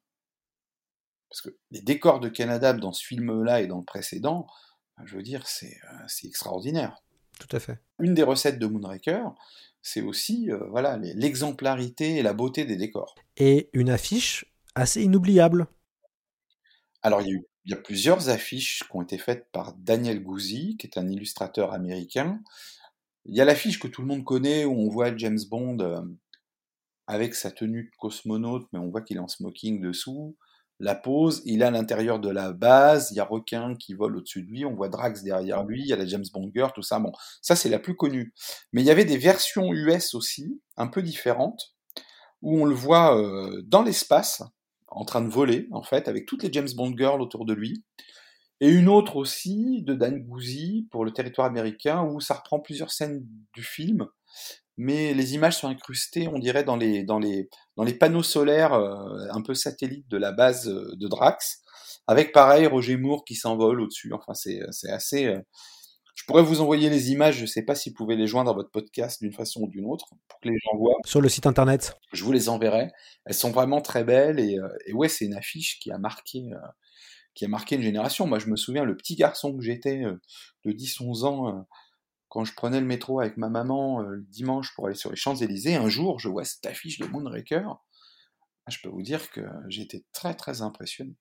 Parce que les décors de Ken Adam dans ce film-là et dans le précédent, je veux dire, c'est, c'est extraordinaire. Tout à fait. Une des recettes de Moonraker, c'est aussi euh, voilà, l'exemplarité et la beauté des décors. Et une affiche assez inoubliable. Alors, il y a, eu, il y a plusieurs affiches qui ont été faites par Daniel Guzzi, qui est un illustrateur américain. Il y a l'affiche que tout le monde connaît, où on voit James Bond euh, avec sa tenue de cosmonaute, mais on voit qu'il est en smoking dessous. La pose, il est à l'intérieur de la base, il y a Requin qui vole au-dessus de lui, on voit Drax derrière lui, il y a la James Bond Girl, tout ça, bon, ça c'est la plus connue. Mais il y avait des versions U S aussi, un peu différentes, où on le voit euh, dans l'espace, en train de voler, en fait, avec toutes les James Bond Girls autour de lui, et une autre aussi, de Dan Guzzi, pour le territoire américain, où ça reprend plusieurs scènes du film, mais les images sont incrustées, on dirait, dans les, dans les, dans les panneaux solaires euh, un peu satellites de la base euh, de Drax, avec pareil Roger Moore qui s'envole au-dessus. Enfin, c'est, c'est assez... Euh... Je pourrais vous envoyer les images, je ne sais pas si vous pouvez les joindre à votre podcast d'une façon ou d'une autre, pour que les gens voient. Sur le site internet. Je vous les enverrai. Elles sont vraiment très belles, et, euh, et ouais, c'est une affiche qui a marqué... Euh, qui a marqué une génération. Moi, je me souviens, le petit garçon que j'étais, euh, de dix onze ans... Euh, quand je prenais le métro avec ma maman euh, le dimanche pour aller sur les Champs-Élysées, un jour, je vois cette affiche de Moonraker. Je peux vous dire que j'étais très, très impressionné.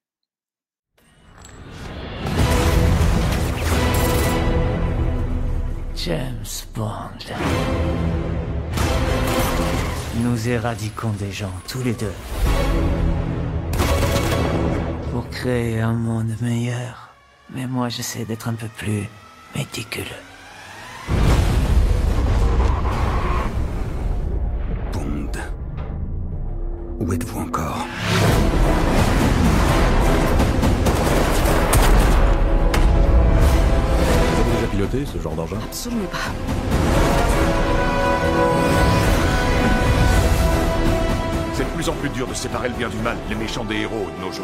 James Bond. Nous éradiquons des gens, tous les deux. Pour créer un monde meilleur. Mais moi, j'essaie d'être un peu plus méticuleux. Bond. Où êtes-vous encore? Vous avez déjà piloté ce genre d'engin? Absolument pas. C'est de plus en plus dur de séparer le bien du mal, les méchants des héros de nos jours.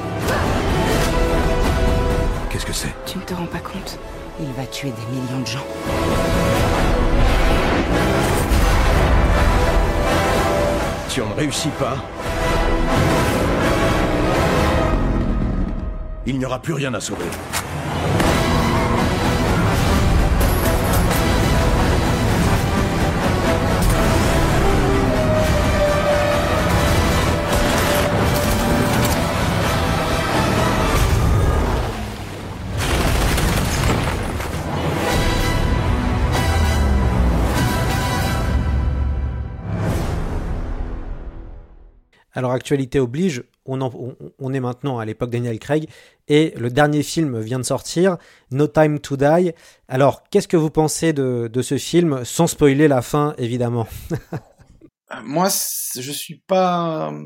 Qu'est-ce que c'est? Tu ne te rends pas compte? Il va tuer des millions de gens. Si on ne réussit pas, il n'y aura plus rien à sauver. Alors, actualité oblige, on, en, on, on est maintenant à l'époque Daniel Craig et le dernier film vient de sortir, No Time to Die. Alors, qu'est-ce que vous pensez de, de ce film, sans spoiler la fin, évidemment? Moi, je suis pas euh,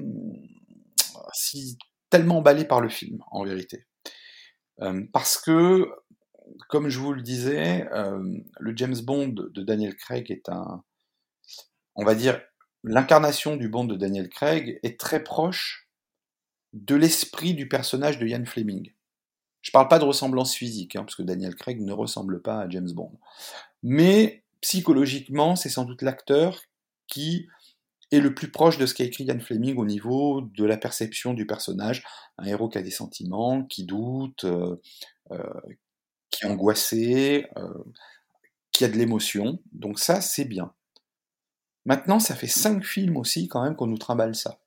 si tellement emballé par le film, en vérité. Euh, parce que, comme je vous le disais, euh, le James Bond de Daniel Craig est un, on va dire, l'incarnation du Bond de Daniel Craig est très proche de l'esprit du personnage de Ian Fleming. Je parle pas de ressemblance physique, hein, parce que Daniel Craig ne ressemble pas à James Bond. Mais psychologiquement, c'est sans doute l'acteur qui est le plus proche de ce qu'a écrit Ian Fleming au niveau de la perception du personnage. Un héros qui a des sentiments, qui doute, euh, euh, qui est angoissé, euh, qui a de l'émotion. Donc ça, c'est bien. Maintenant, ça fait cinq films aussi, quand même, qu'on nous trimballe ça.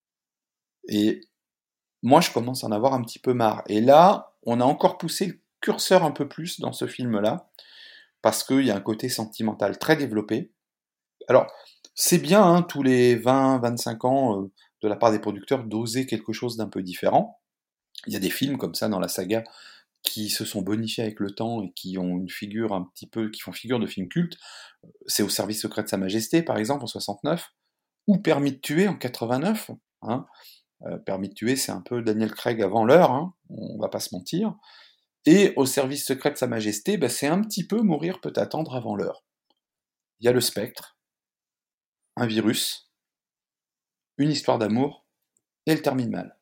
Et moi, je commence à en avoir un petit peu marre. Et là, on a encore poussé le curseur un peu plus dans ce film-là, parce qu'il y a un côté sentimental très développé. Alors, c'est bien, hein, tous les vingt à vingt-cinq ans, euh, de la part des producteurs, d'oser quelque chose d'un peu différent. Il y a des films comme ça dans la saga qui se sont bonifiés avec le temps et qui ont une figure un petit peu, qui font figure de film culte. C'est Au service secret de Sa Majesté, par exemple, en soixante-neuf, ou Permis de tuer, en quatre-vingt-neuf. Hein. Euh, Permis de tuer, c'est un peu Daniel Craig avant l'heure, hein, on va pas se mentir. Et Au service secret de Sa Majesté, bah, c'est un petit peu Mourir peut attendre avant l'heure. Il y a le spectre, un virus, une histoire d'amour, et elle termine mal.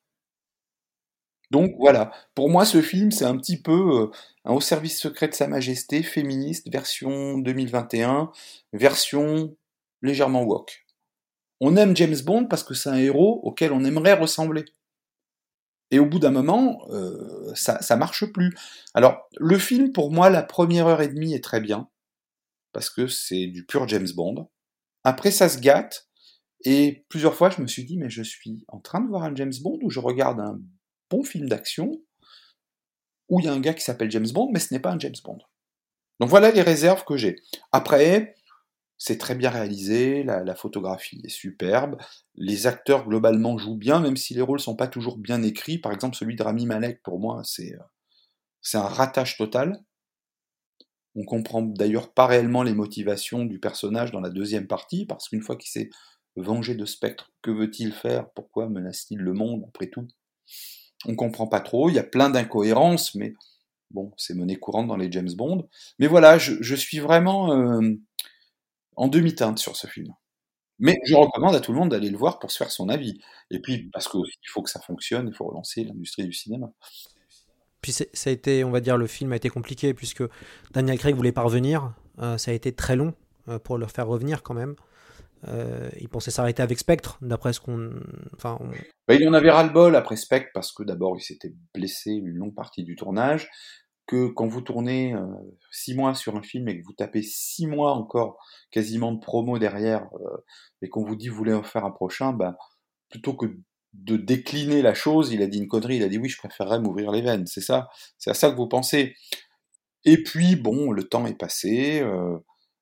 Donc voilà, pour moi ce film c'est un petit peu euh, un Au service secret de Sa Majesté féministe, version deux mille vingt et un, version légèrement woke. On aime James Bond parce que c'est un héros auquel on aimerait ressembler. Et au bout d'un moment, euh, ça, ça marche plus. Alors, le film, pour moi, la première heure et demie est très bien, parce que c'est du pur James Bond. Après, ça se gâte, et plusieurs fois je me suis dit, mais je suis en train de voir un James Bond ou je regarde un bon film d'action où il y a un gars qui s'appelle James Bond, mais ce n'est pas un James Bond. Donc voilà les réserves que j'ai. Après, c'est très bien réalisé, la, la photographie est superbe, les acteurs globalement jouent bien, même si les rôles sont pas toujours bien écrits. Par exemple, celui de Rami Malek, pour moi, c'est, c'est un ratage total. On comprend d'ailleurs pas réellement les motivations du personnage dans la deuxième partie, parce qu'une fois qu'il s'est vengé de Spectre, que veut-il faire? Pourquoi menace-t-il le monde, après tout? On comprend pas trop, il y a plein d'incohérences, mais bon, c'est monnaie courante dans les James Bond. Mais voilà, je, je suis vraiment euh, en demi-teinte sur ce film. Mais je recommande à tout le monde d'aller le voir pour se faire son avis. Et puis, parce qu'il faut que ça fonctionne, il faut relancer l'industrie du cinéma. Puis ça a été, on va dire, le film a été compliqué, puisque Daniel Craig voulait pas revenir. Euh, ça a été très long euh, pour le faire revenir quand même. Euh, il pensait s'arrêter avec Spectre, d'après ce qu'on... Enfin, on... bah, il en avait ras-le-bol après Spectre, parce que d'abord il s'était blessé une longue partie du tournage, que quand vous tournez euh, six mois sur un film et que vous tapez six mois encore quasiment de promo derrière, euh, et qu'on vous dit vous voulez en faire un prochain, bah, plutôt que de décliner la chose, il a dit une connerie, il a dit oui, je préférerais m'ouvrir les veines, c'est ça, c'est à ça que vous pensez. Et puis bon, le temps est passé, euh,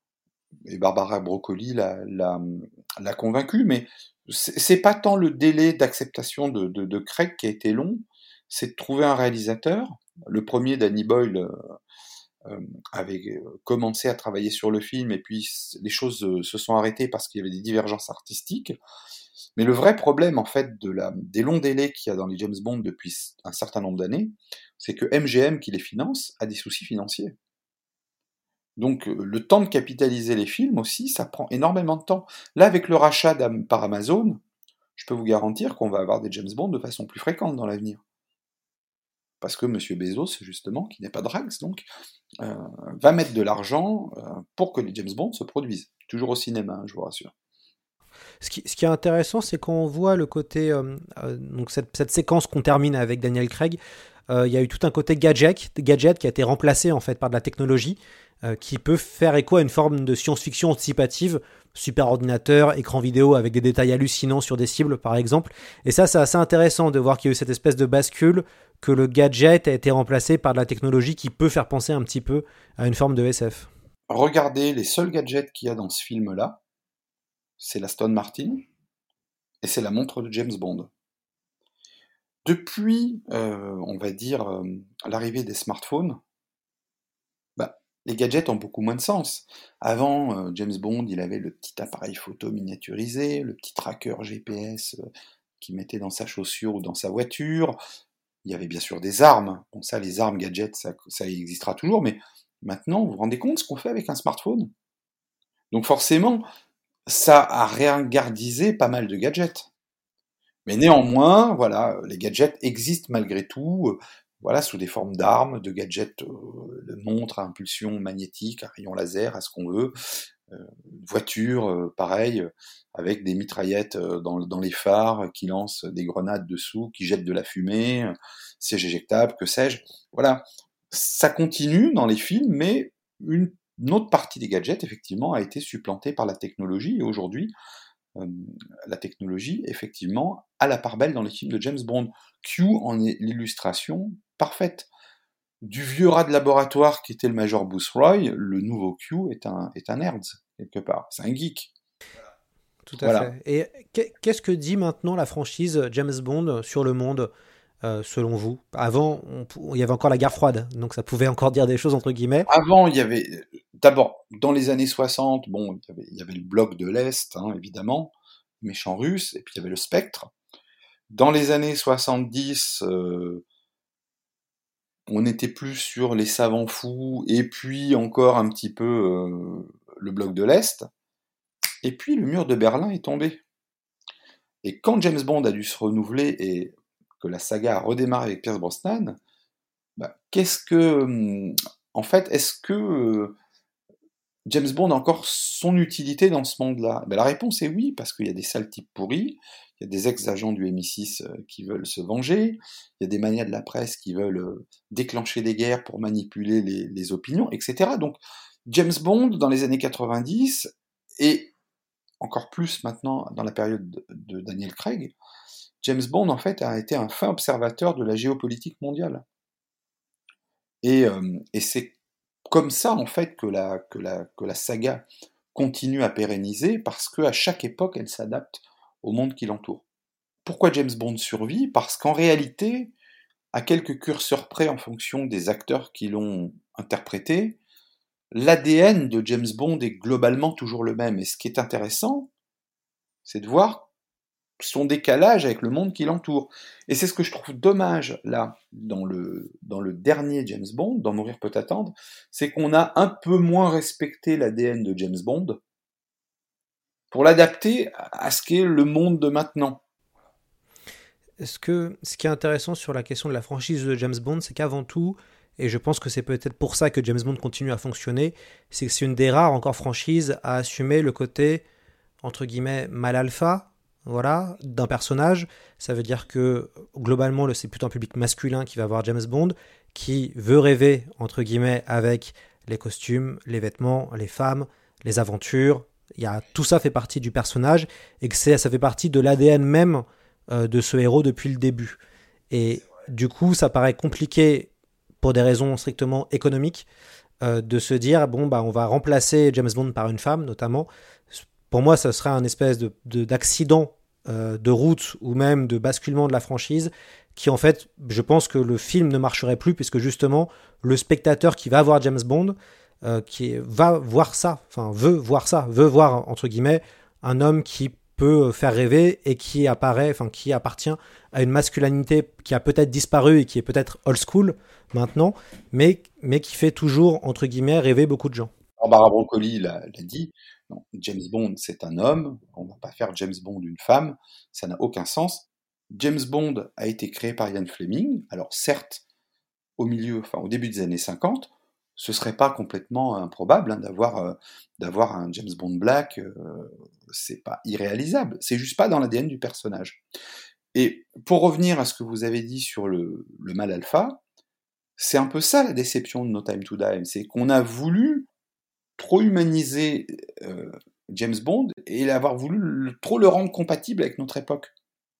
et Barbara Broccoli l'a, l'a, l'a convaincu, mais c'est, c'est pas tant le délai d'acceptation de, de, de Craig qui a été long, c'est de trouver un réalisateur. Le premier, Danny Boyle, euh, euh, avait commencé à travailler sur le film, et puis les choses euh, se sont arrêtées parce qu'il y avait des divergences artistiques. Mais le vrai problème, en fait, de la, des longs délais qu'il y a dans les James Bond depuis un certain nombre d'années, c'est que M G M, qui les finance, a des soucis financiers. Donc, le temps de capitaliser les films aussi, ça prend énormément de temps. Là, avec le rachat par Amazon, je peux vous garantir qu'on va avoir des James Bond de façon plus fréquente dans l'avenir. Parce que M. Bezos, justement, qui n'est pas Drax, donc, euh, va mettre de l'argent euh, pour que les James Bond se produisent. Toujours au cinéma, hein, je vous rassure. Ce qui, ce qui est intéressant, c'est quand on voit le côté, euh, euh, donc cette, cette séquence qu'on termine avec Daniel Craig, euh, il y a eu tout un côté gadget, gadget qui a été remplacé en fait par de la technologie, euh, qui peut faire écho à une forme de science-fiction anticipative, super ordinateur, écran vidéo avec des détails hallucinants sur des cibles par exemple. Et ça, c'est assez intéressant de voir qu'il y a eu cette espèce de bascule, que le gadget a été remplacé par de la technologie qui peut faire penser un petit peu à une forme de S F. Regardez les seuls gadgets qu'il y a dans ce film-là. C'est la Aston Martin, et c'est la montre de James Bond. Depuis, euh, on va dire, euh, l'arrivée des smartphones, bah, les gadgets ont beaucoup moins de sens. Avant, euh, James Bond, il avait le petit appareil photo miniaturisé, le petit tracker G P S euh, qu'il mettait dans sa chaussure ou dans sa voiture. Il y avait bien sûr des armes. Bon, ça, les armes gadgets, ça, ça existera toujours, mais maintenant, vous vous rendez compte ce qu'on fait avec un smartphone ? Donc forcément, ça a réingardisé pas mal de gadgets. Mais néanmoins, voilà, les gadgets existent malgré tout, euh, voilà, sous des formes d'armes, de gadgets, euh, de montres à impulsion magnétique, à rayon laser, à ce qu'on veut, euh, voitures, euh, pareil, euh, avec des mitraillettes euh, dans, dans les phares, qui lancent des grenades dessous, qui jettent de la fumée, euh, sièges éjectables, que sais-je. Voilà, ça continue dans les films, mais une Une autre partie des gadgets, effectivement, a été supplantée par la technologie, et aujourd'hui, euh, la technologie, effectivement, a la part belle dans les films de James Bond. Q en est l'illustration parfaite. Du vieux rat de laboratoire qui était le Major Boothroyd, le nouveau Q est un, est un nerd, quelque part. C'est un geek. Tout à voilà. fait. Et qu'est-ce que dit maintenant la franchise James Bond sur le monde ? Euh, selon vous? Avant, on, il y avait encore la guerre froide, donc ça pouvait encore dire des choses entre guillemets. Avant, il y avait, d'abord, dans les années soixante, bon, il y avait, il y avait le bloc de l'Est, hein, évidemment, méchants russes, et puis il y avait le spectre. Dans les années soixante-dix, euh, on était plus sur les savants fous, et puis encore un petit peu euh, le bloc de l'Est, et puis le mur de Berlin est tombé. Et quand James Bond a dû se renouveler, et que la saga a redémarré avec Pierce Brosnan, bah, qu'est-ce que... En fait, est-ce que euh, James Bond a encore son utilité dans ce monde-là ? Ben, la réponse est oui, parce qu'il y a des sales types pourris, il y a des ex-agents du M I six euh, qui veulent se venger, il y a des manias de la presse qui veulent euh, déclencher des guerres pour manipuler les, les opinions, et cetera. Donc, James Bond, dans les années quatre-vingt-dix, et encore plus maintenant dans la période de, de Daniel Craig, James Bond, en fait, a été un fin observateur de la géopolitique mondiale. Et, euh, et c'est comme ça, en fait, que la, que, la, que la saga continue à pérenniser, parce qu'à chaque époque, elle s'adapte au monde qui l'entoure. Pourquoi James Bond survit ? Parce qu'en réalité, à quelques curseurs près, en fonction des acteurs qui l'ont interprété, l'A D N de James Bond est globalement toujours le même. Et ce qui est intéressant, c'est de voir son décalage avec le monde qui l'entoure. Et c'est ce que je trouve dommage, là, dans le, dans le dernier James Bond, dans Mourir peut attendre, c'est qu'on a un peu moins respecté l'A D N de James Bond pour l'adapter à ce qu'est le monde de maintenant. Est-ce que ce qui est intéressant sur la question de la franchise de James Bond, c'est qu'avant tout, et je pense que c'est peut-être pour ça que James Bond continue à fonctionner, c'est que c'est une des rares encore franchises à assumer le côté, entre guillemets, mal alpha, voilà, d'un personnage. Ça veut dire que globalement c'est plutôt un public masculin qui va voir James Bond, qui veut rêver entre guillemets avec les costumes, les vêtements, les femmes, les aventures. Il y a, tout ça fait partie du personnage et que c'est, ça fait partie de l'A D N même euh, de ce héros depuis le début. Et du coup ça paraît compliqué pour des raisons strictement économiques euh, de se dire, bon, bah, on va remplacer James Bond par une femme, notamment. Pour moi, ça serait un espèce de, de, d'accident euh, de route ou même de basculement de la franchise qui, en fait, je pense que le film ne marcherait plus puisque, justement, le spectateur qui va voir James Bond, euh, qui va voir ça, enfin, veut voir ça, veut voir, entre guillemets, un homme qui peut faire rêver et qui apparaît, enfin, qui appartient à une masculinité qui a peut-être disparu et qui est peut-être old school maintenant, mais, mais qui fait toujours, entre guillemets, rêver beaucoup de gens. Barbara Broccoli l'a, l'a dit, non, James Bond c'est un homme, on ne va pas faire James Bond une femme, ça n'a aucun sens. James Bond a été créé par Ian Fleming, alors certes, au milieu, enfin au début des années cinquante, ce serait pas complètement improbable hein, d'avoir, euh, d'avoir un James Bond black, euh, c'est pas irréalisable, c'est juste pas dans l'A D N du personnage. Et pour revenir à ce que vous avez dit sur le, le mâle alpha, c'est un peu ça la déception de No Time to Die, c'est qu'on a voulu trop humaniser euh, James Bond et avoir voulu le, trop le rendre compatible avec notre époque.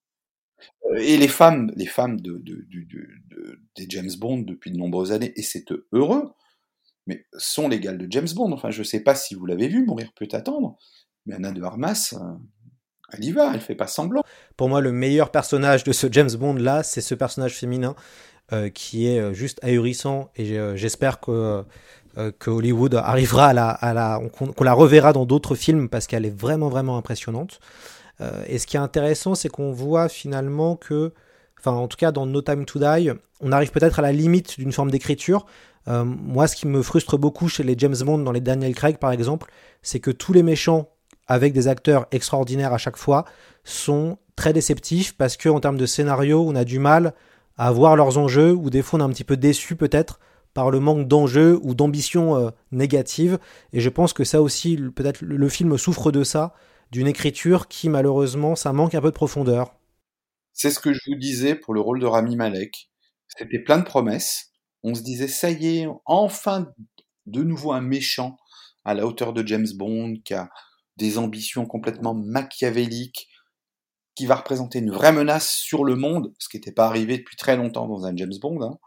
Et les femmes, les femmes de, de, de, de, de, des James Bond depuis de nombreuses années, et c'est heureux, mais sont l'égale de James Bond. Enfin, je ne sais pas si vous l'avez vu, Mourir peut attendre, mais Anna de Armas, euh, elle y va, elle fait pas semblant. Pour moi, le meilleur personnage de ce James Bond-là, c'est ce personnage féminin euh, qui est juste ahurissant, et euh, j'espère que, euh, que Hollywood arrivera à la... À la qu'on, qu'on la reverra dans d'autres films, parce qu'elle est vraiment, vraiment impressionnante. Euh, et ce qui est intéressant, c'est qu'on voit finalement que, enfin en tout cas dans No Time to Die, on arrive peut-être à la limite d'une forme d'écriture. Euh, moi, ce qui me frustre beaucoup chez les James Bond, dans les Daniel Craig par exemple, c'est que tous les méchants, avec des acteurs extraordinaires à chaque fois, sont très déceptifs parce qu'en termes de scénario, on a du mal à voir leurs enjeux, ou des fois on est un petit peu déçu peut-être par le manque d'enjeux ou d'ambition euh, négative. Et je pense que ça aussi, peut-être le film souffre de ça, d'une écriture qui, malheureusement, ça manque un peu de profondeur. C'est ce que je vous disais pour le rôle de Rami Malek. C'était plein de promesses. On se disait, ça y est, enfin, de nouveau un méchant à la hauteur de James Bond, qui a des ambitions complètement machiavéliques, qui va représenter une vraie menace sur le monde, ce qui n'était pas arrivé depuis très longtemps dans un James Bond. Hein.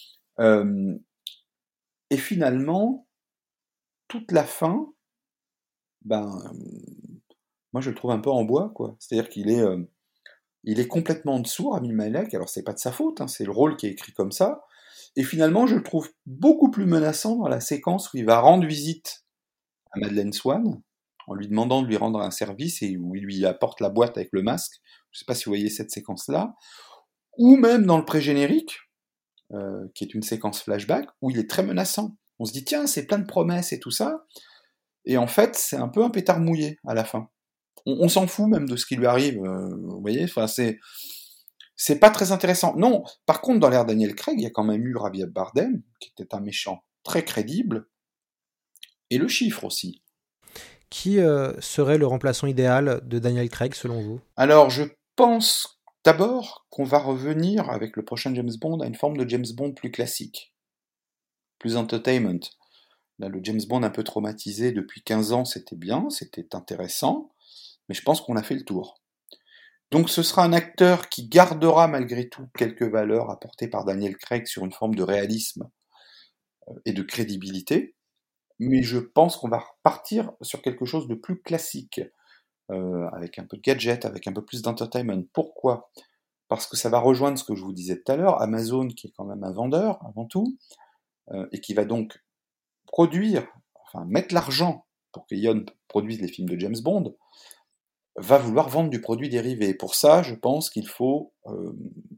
Euh, et finalement, toute la fin, ben... moi je le trouve un peu en bois, quoi. C'est-à-dire qu'il est, euh, il est complètement en dessous, Rami Malek, alors c'est pas de sa faute, hein, c'est le rôle qui est écrit comme ça, et finalement je le trouve beaucoup plus menaçant dans la séquence où il va rendre visite à Madeleine Swann, en lui demandant de lui rendre un service, et où il lui apporte la boîte avec le masque, je sais pas si vous voyez cette séquence-là, ou même dans le pré-générique, euh, qui est une séquence flashback, où il est très menaçant. On se dit, tiens, c'est plein de promesses et tout ça, et en fait c'est un peu un pétard mouillé à la fin. On, on s'en fout même de ce qui lui arrive, euh, vous voyez, enfin, c'est, c'est pas très intéressant. Non, par contre, dans l'ère Daniel Craig, il y a quand même eu Javier Bardem, qui était un méchant très crédible, et le chiffre aussi. Qui euh, serait le remplaçant idéal de Daniel Craig, selon vous ? Alors, je pense d'abord qu'on va revenir, avec le prochain James Bond, à une forme de James Bond plus classique, plus entertainment. Là, le James Bond un peu traumatisé depuis quinze ans, c'était bien, c'était intéressant, mais je pense qu'on a fait le tour. Donc ce sera un acteur qui gardera malgré tout quelques valeurs apportées par Daniel Craig sur une forme de réalisme et de crédibilité, mais je pense qu'on va repartir sur quelque chose de plus classique, euh, avec un peu de gadget, avec un peu plus d'entertainment. Pourquoi ? Parce que ça va rejoindre ce que je vous disais tout à l'heure, Amazon qui est quand même un vendeur avant tout, euh, et qui va donc produire, enfin mettre l'argent pour que Eon produise les films de James Bond, va vouloir vendre du produit dérivé. Et pour ça, je pense qu'il faut, euh,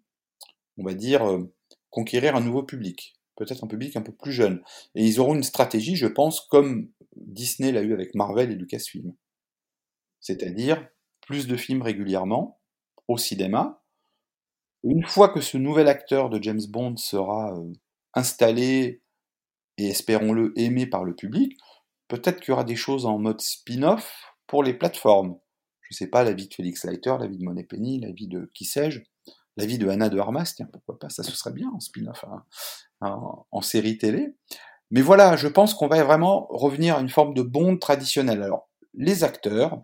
on va dire, euh, conquérir un nouveau public, peut-être un public un peu plus jeune. Et ils auront une stratégie, je pense, comme Disney l'a eu avec Marvel et Lucasfilm. C'est-à-dire plus de films régulièrement, au cinéma. Une fois que ce nouvel acteur de James Bond sera euh, installé et, espérons-le, aimé par le public, peut-être qu'il y aura des choses en mode spin-off pour les plateformes. Je sais pas, la vie de Felix Leiter, la vie de Moneypenny, la vie de qui sais-je, la vie de Anna de Armas, tiens, pourquoi pas, ça ce serait bien en spin-off, hein, en, en série télé. Mais voilà, je pense qu'on va vraiment revenir à une forme de Bond traditionnel. Alors, les acteurs,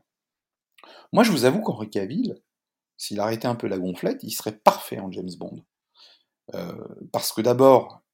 moi je vous avoue qu'Henry Cavill, s'il arrêtait un peu la gonflette, il serait parfait en James Bond. Euh, parce que d'abord,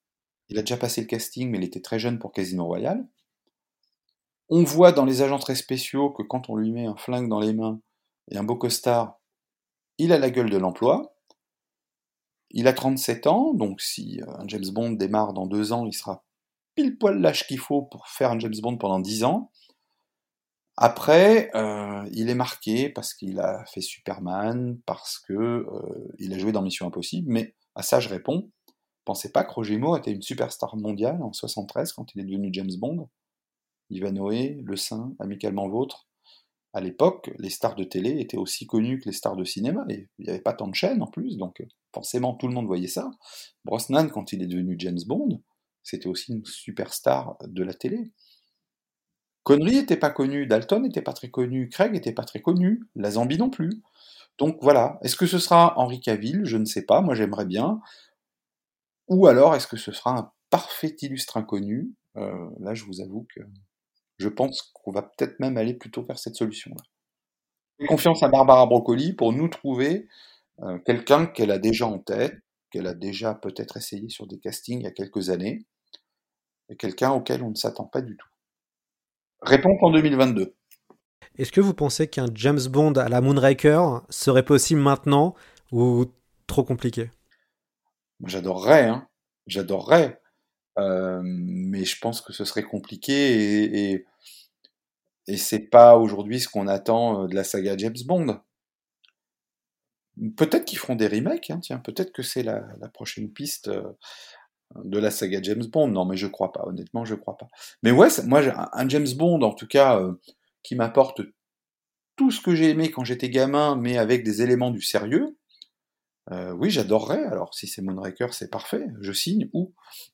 Il a déjà passé le casting, mais il était très jeune pour Casino Royale. On voit dans les agents très spéciaux que quand on lui met un flingue dans les mains et un beau costard, il a la gueule de l'emploi. Il a trente-sept ans, donc si un James Bond démarre dans deux ans, il sera pile poil l'âge qu'il faut pour faire un James Bond pendant dix ans. Après, euh, il est marqué parce qu'il a fait Superman, parce que euh, il a joué dans Mission Impossible, mais à ça je réponds, pensez pas que Roger Moore était une superstar mondiale en soixante-treize quand il est devenu James Bond. Ivanhoé, Le Saint, Amicalement Vôtre. À l'époque, les stars de télé étaient aussi connues que les stars de cinéma, et il n'y avait pas tant de chaînes en plus, donc forcément tout le monde voyait ça. Brosnan, quand il est devenu James Bond, c'était aussi une superstar de la télé. Connery n'était pas connu, Dalton n'était pas très connu, Craig n'était pas très connu, Lazenby non plus. Donc voilà, est-ce que ce sera Henry Cavill? Je ne sais pas, moi j'aimerais bien. Ou alors est-ce que ce sera un parfait illustre inconnu? euh, Là je vous avoue que je pense qu'on va peut-être même aller plutôt vers cette solution-là. J'ai confiance à Barbara Broccoli pour nous trouver euh, quelqu'un qu'elle a déjà en tête, qu'elle a déjà peut-être essayé sur des castings il y a quelques années, et quelqu'un auquel on ne s'attend pas du tout. Réponse en deux mille vingt-deux. Est-ce que vous pensez qu'un James Bond à la Moonraker serait possible maintenant ou trop compliqué? J'adorerais, hein. J'adorerais. Euh, mais je pense que ce serait compliqué et, et, et c'est pas aujourd'hui ce qu'on attend de la saga James Bond. Peut-être qu'ils feront des remakes, hein, tiens, peut-être que c'est la, la prochaine piste de la saga James Bond. Non, mais je crois pas, honnêtement, je crois pas. Mais ouais, moi, un James Bond, en tout cas, euh, qui m'apporte tout ce que j'ai aimé quand j'étais gamin, mais avec des éléments du sérieux, euh, oui, j'adorerais. Alors, si c'est Moonraker, c'est parfait, je signe, ou...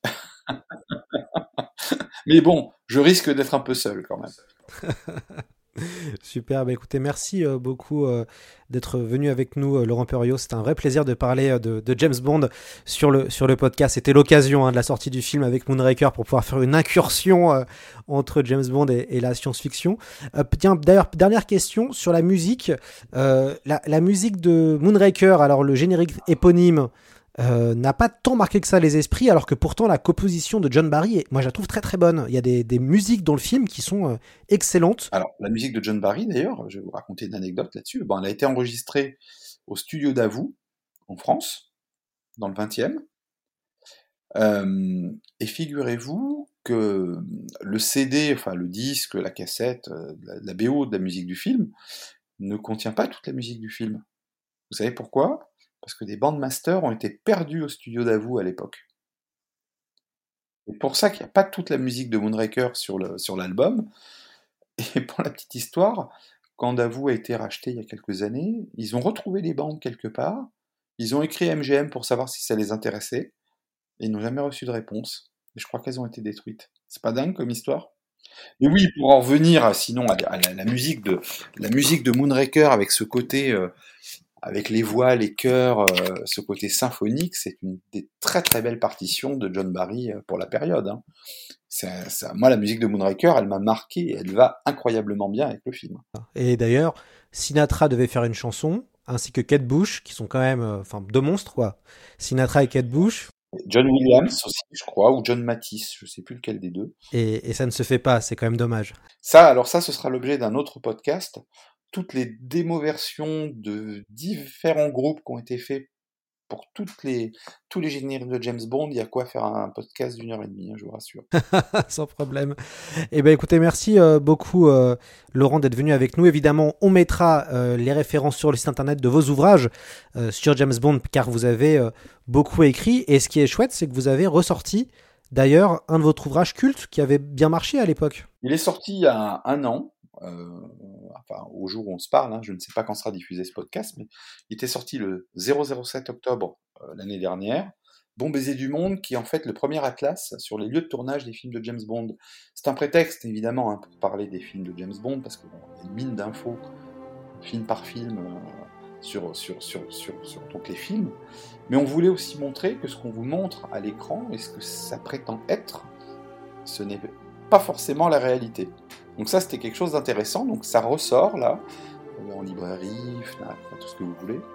Mais bon, je risque d'être un peu seul quand même. Super, bah écoutez, merci euh, beaucoup euh, d'être venu avec nous, euh, Laurent Perriot. C'était un vrai plaisir de parler euh, de, de James Bond sur le, sur le podcast. C'était l'occasion hein, de la sortie du film avec Moonraker pour pouvoir faire une incursion euh, entre James Bond et, et la science-fiction. Euh, tiens, d'ailleurs, dernière question sur la musique. Euh, la, la musique de Moonraker, alors le générique éponyme, Euh, n'a pas tant marqué que ça les esprits, alors que pourtant la composition de John Barry, est, moi je la trouve très très bonne. Il y a des, des musiques dans le film qui sont euh, excellentes. Alors la musique de John Barry d'ailleurs, je vais vous raconter une anecdote là-dessus, bon, elle a été enregistrée au studio Davout, en France, dans le vingtième, euh, et figurez-vous que le C D, enfin le disque, la cassette, la, la B O de la musique du film, ne contient pas toute la musique du film. Vous savez pourquoi ? Parce que des bandmasters ont été perdus au studio Davout à l'époque. C'est pour ça qu'il n'y a pas toute la musique de Moonraker sur, le, sur l'album. Et pour la petite histoire, quand Davout a été racheté il y a quelques années, ils ont retrouvé des bandes quelque part, ils ont écrit à M G M pour savoir si ça les intéressait, et ils n'ont jamais reçu de réponse. Et je crois qu'elles ont été détruites. C'est pas dingue comme histoire ? Mais oui, pour en revenir sinon à, à la, la, musique de, la musique de Moonraker avec ce côté... Euh, avec les voix, les chœurs, euh, ce côté symphonique, c'est une des très très belles partitions de John Barry euh, pour la période. Hein. C'est, ça, moi, la musique de Moonraker, elle m'a marqué et elle va incroyablement bien avec le film. Et d'ailleurs, Sinatra devait faire une chanson, ainsi que Kate Bush, qui sont quand même enfin, euh, deux monstres, quoi. Sinatra et Kate Bush. John Williams aussi, je crois, ou John Matisse, je sais plus lequel des deux. Et, et ça ne se fait pas, c'est quand même dommage. Ça, alors ça, ce sera l'objet d'un autre podcast. Toutes les démo-versions de différents groupes qui ont été faits pour toutes les, tous les génériques de James Bond, il y a quoi faire un podcast d'une heure et demie, hein, je vous rassure. Sans problème. Eh bien, écoutez, merci euh, beaucoup, euh, Laurent, d'être venu avec nous. Évidemment, on mettra euh, les références sur le site internet de vos ouvrages euh, sur James Bond, car vous avez euh, beaucoup écrit. Et ce qui est chouette, c'est que vous avez ressorti, d'ailleurs, un de votre ouvrage culte qui avait bien marché à l'époque. Il est sorti il y a un an. Euh, enfin, au jour où on se parle, hein, je ne sais pas quand sera diffusé ce podcast, mais il était sorti le zéro zéro sept octobre euh, l'année dernière. Bon baiser du monde, qui est en fait le premier atlas sur les lieux de tournage des films de James Bond. C'est un prétexte, évidemment, hein, pour parler des films de James Bond, parce qu'il bon, y a une mine d'infos, film par film, euh, sur, sur, sur, sur, sur donc les films. Mais on voulait aussi montrer que ce qu'on vous montre à l'écran, et ce que ça prétend être, ce n'est pas forcément la réalité. Donc ça, c'était quelque chose d'intéressant. Donc ça ressort, là, en librairie, Fnac, tout ce que vous voulez.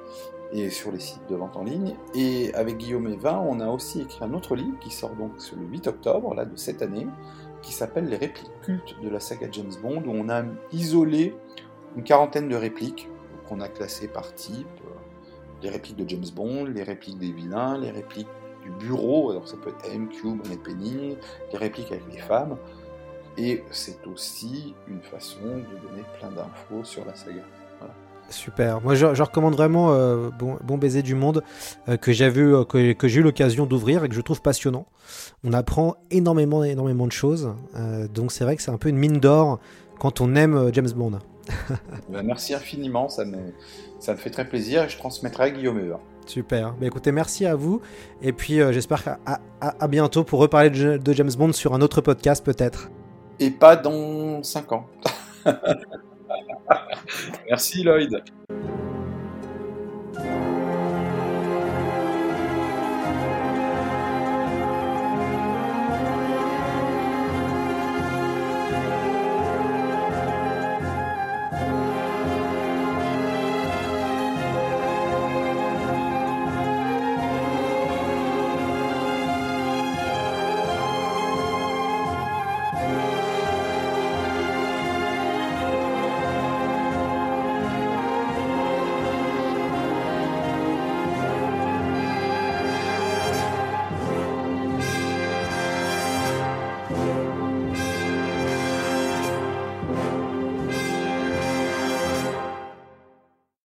et sur les sites de vente en ligne. Et avec Guillaume Evin, on a aussi écrit un autre livre qui sort donc le huit octobre là, de cette année, qui s'appelle Les répliques cultes de la saga James Bond, où on a isolé une quarantaine de répliques qu'on a classées par type. Les répliques de James Bond, les répliques des vilains, les répliques du bureau, alors ça peut être M, Q, Moneypenny, les répliques avec les femmes. Et c'est aussi une façon de donner plein d'infos sur la saga. Voilà. Super. Moi, je, je recommande vraiment euh, bon, bon Baiser du Monde, euh, que j'ai vu, euh, que, que j'ai eu l'occasion d'ouvrir et que je trouve passionnant. On apprend énormément, énormément de choses. Euh, donc, c'est vrai que c'est un peu une mine d'or quand on aime euh, James Bond. Ben, merci infiniment, ça me, ça me fait très plaisir et je transmettrai à Guillaume Evin. Super. Ben, écoutez, merci à vous. Et puis, euh, j'espère qu'à à, à bientôt pour reparler de, de James Bond sur un autre podcast, peut-être. Et pas dans cinq ans. Merci Lloyd.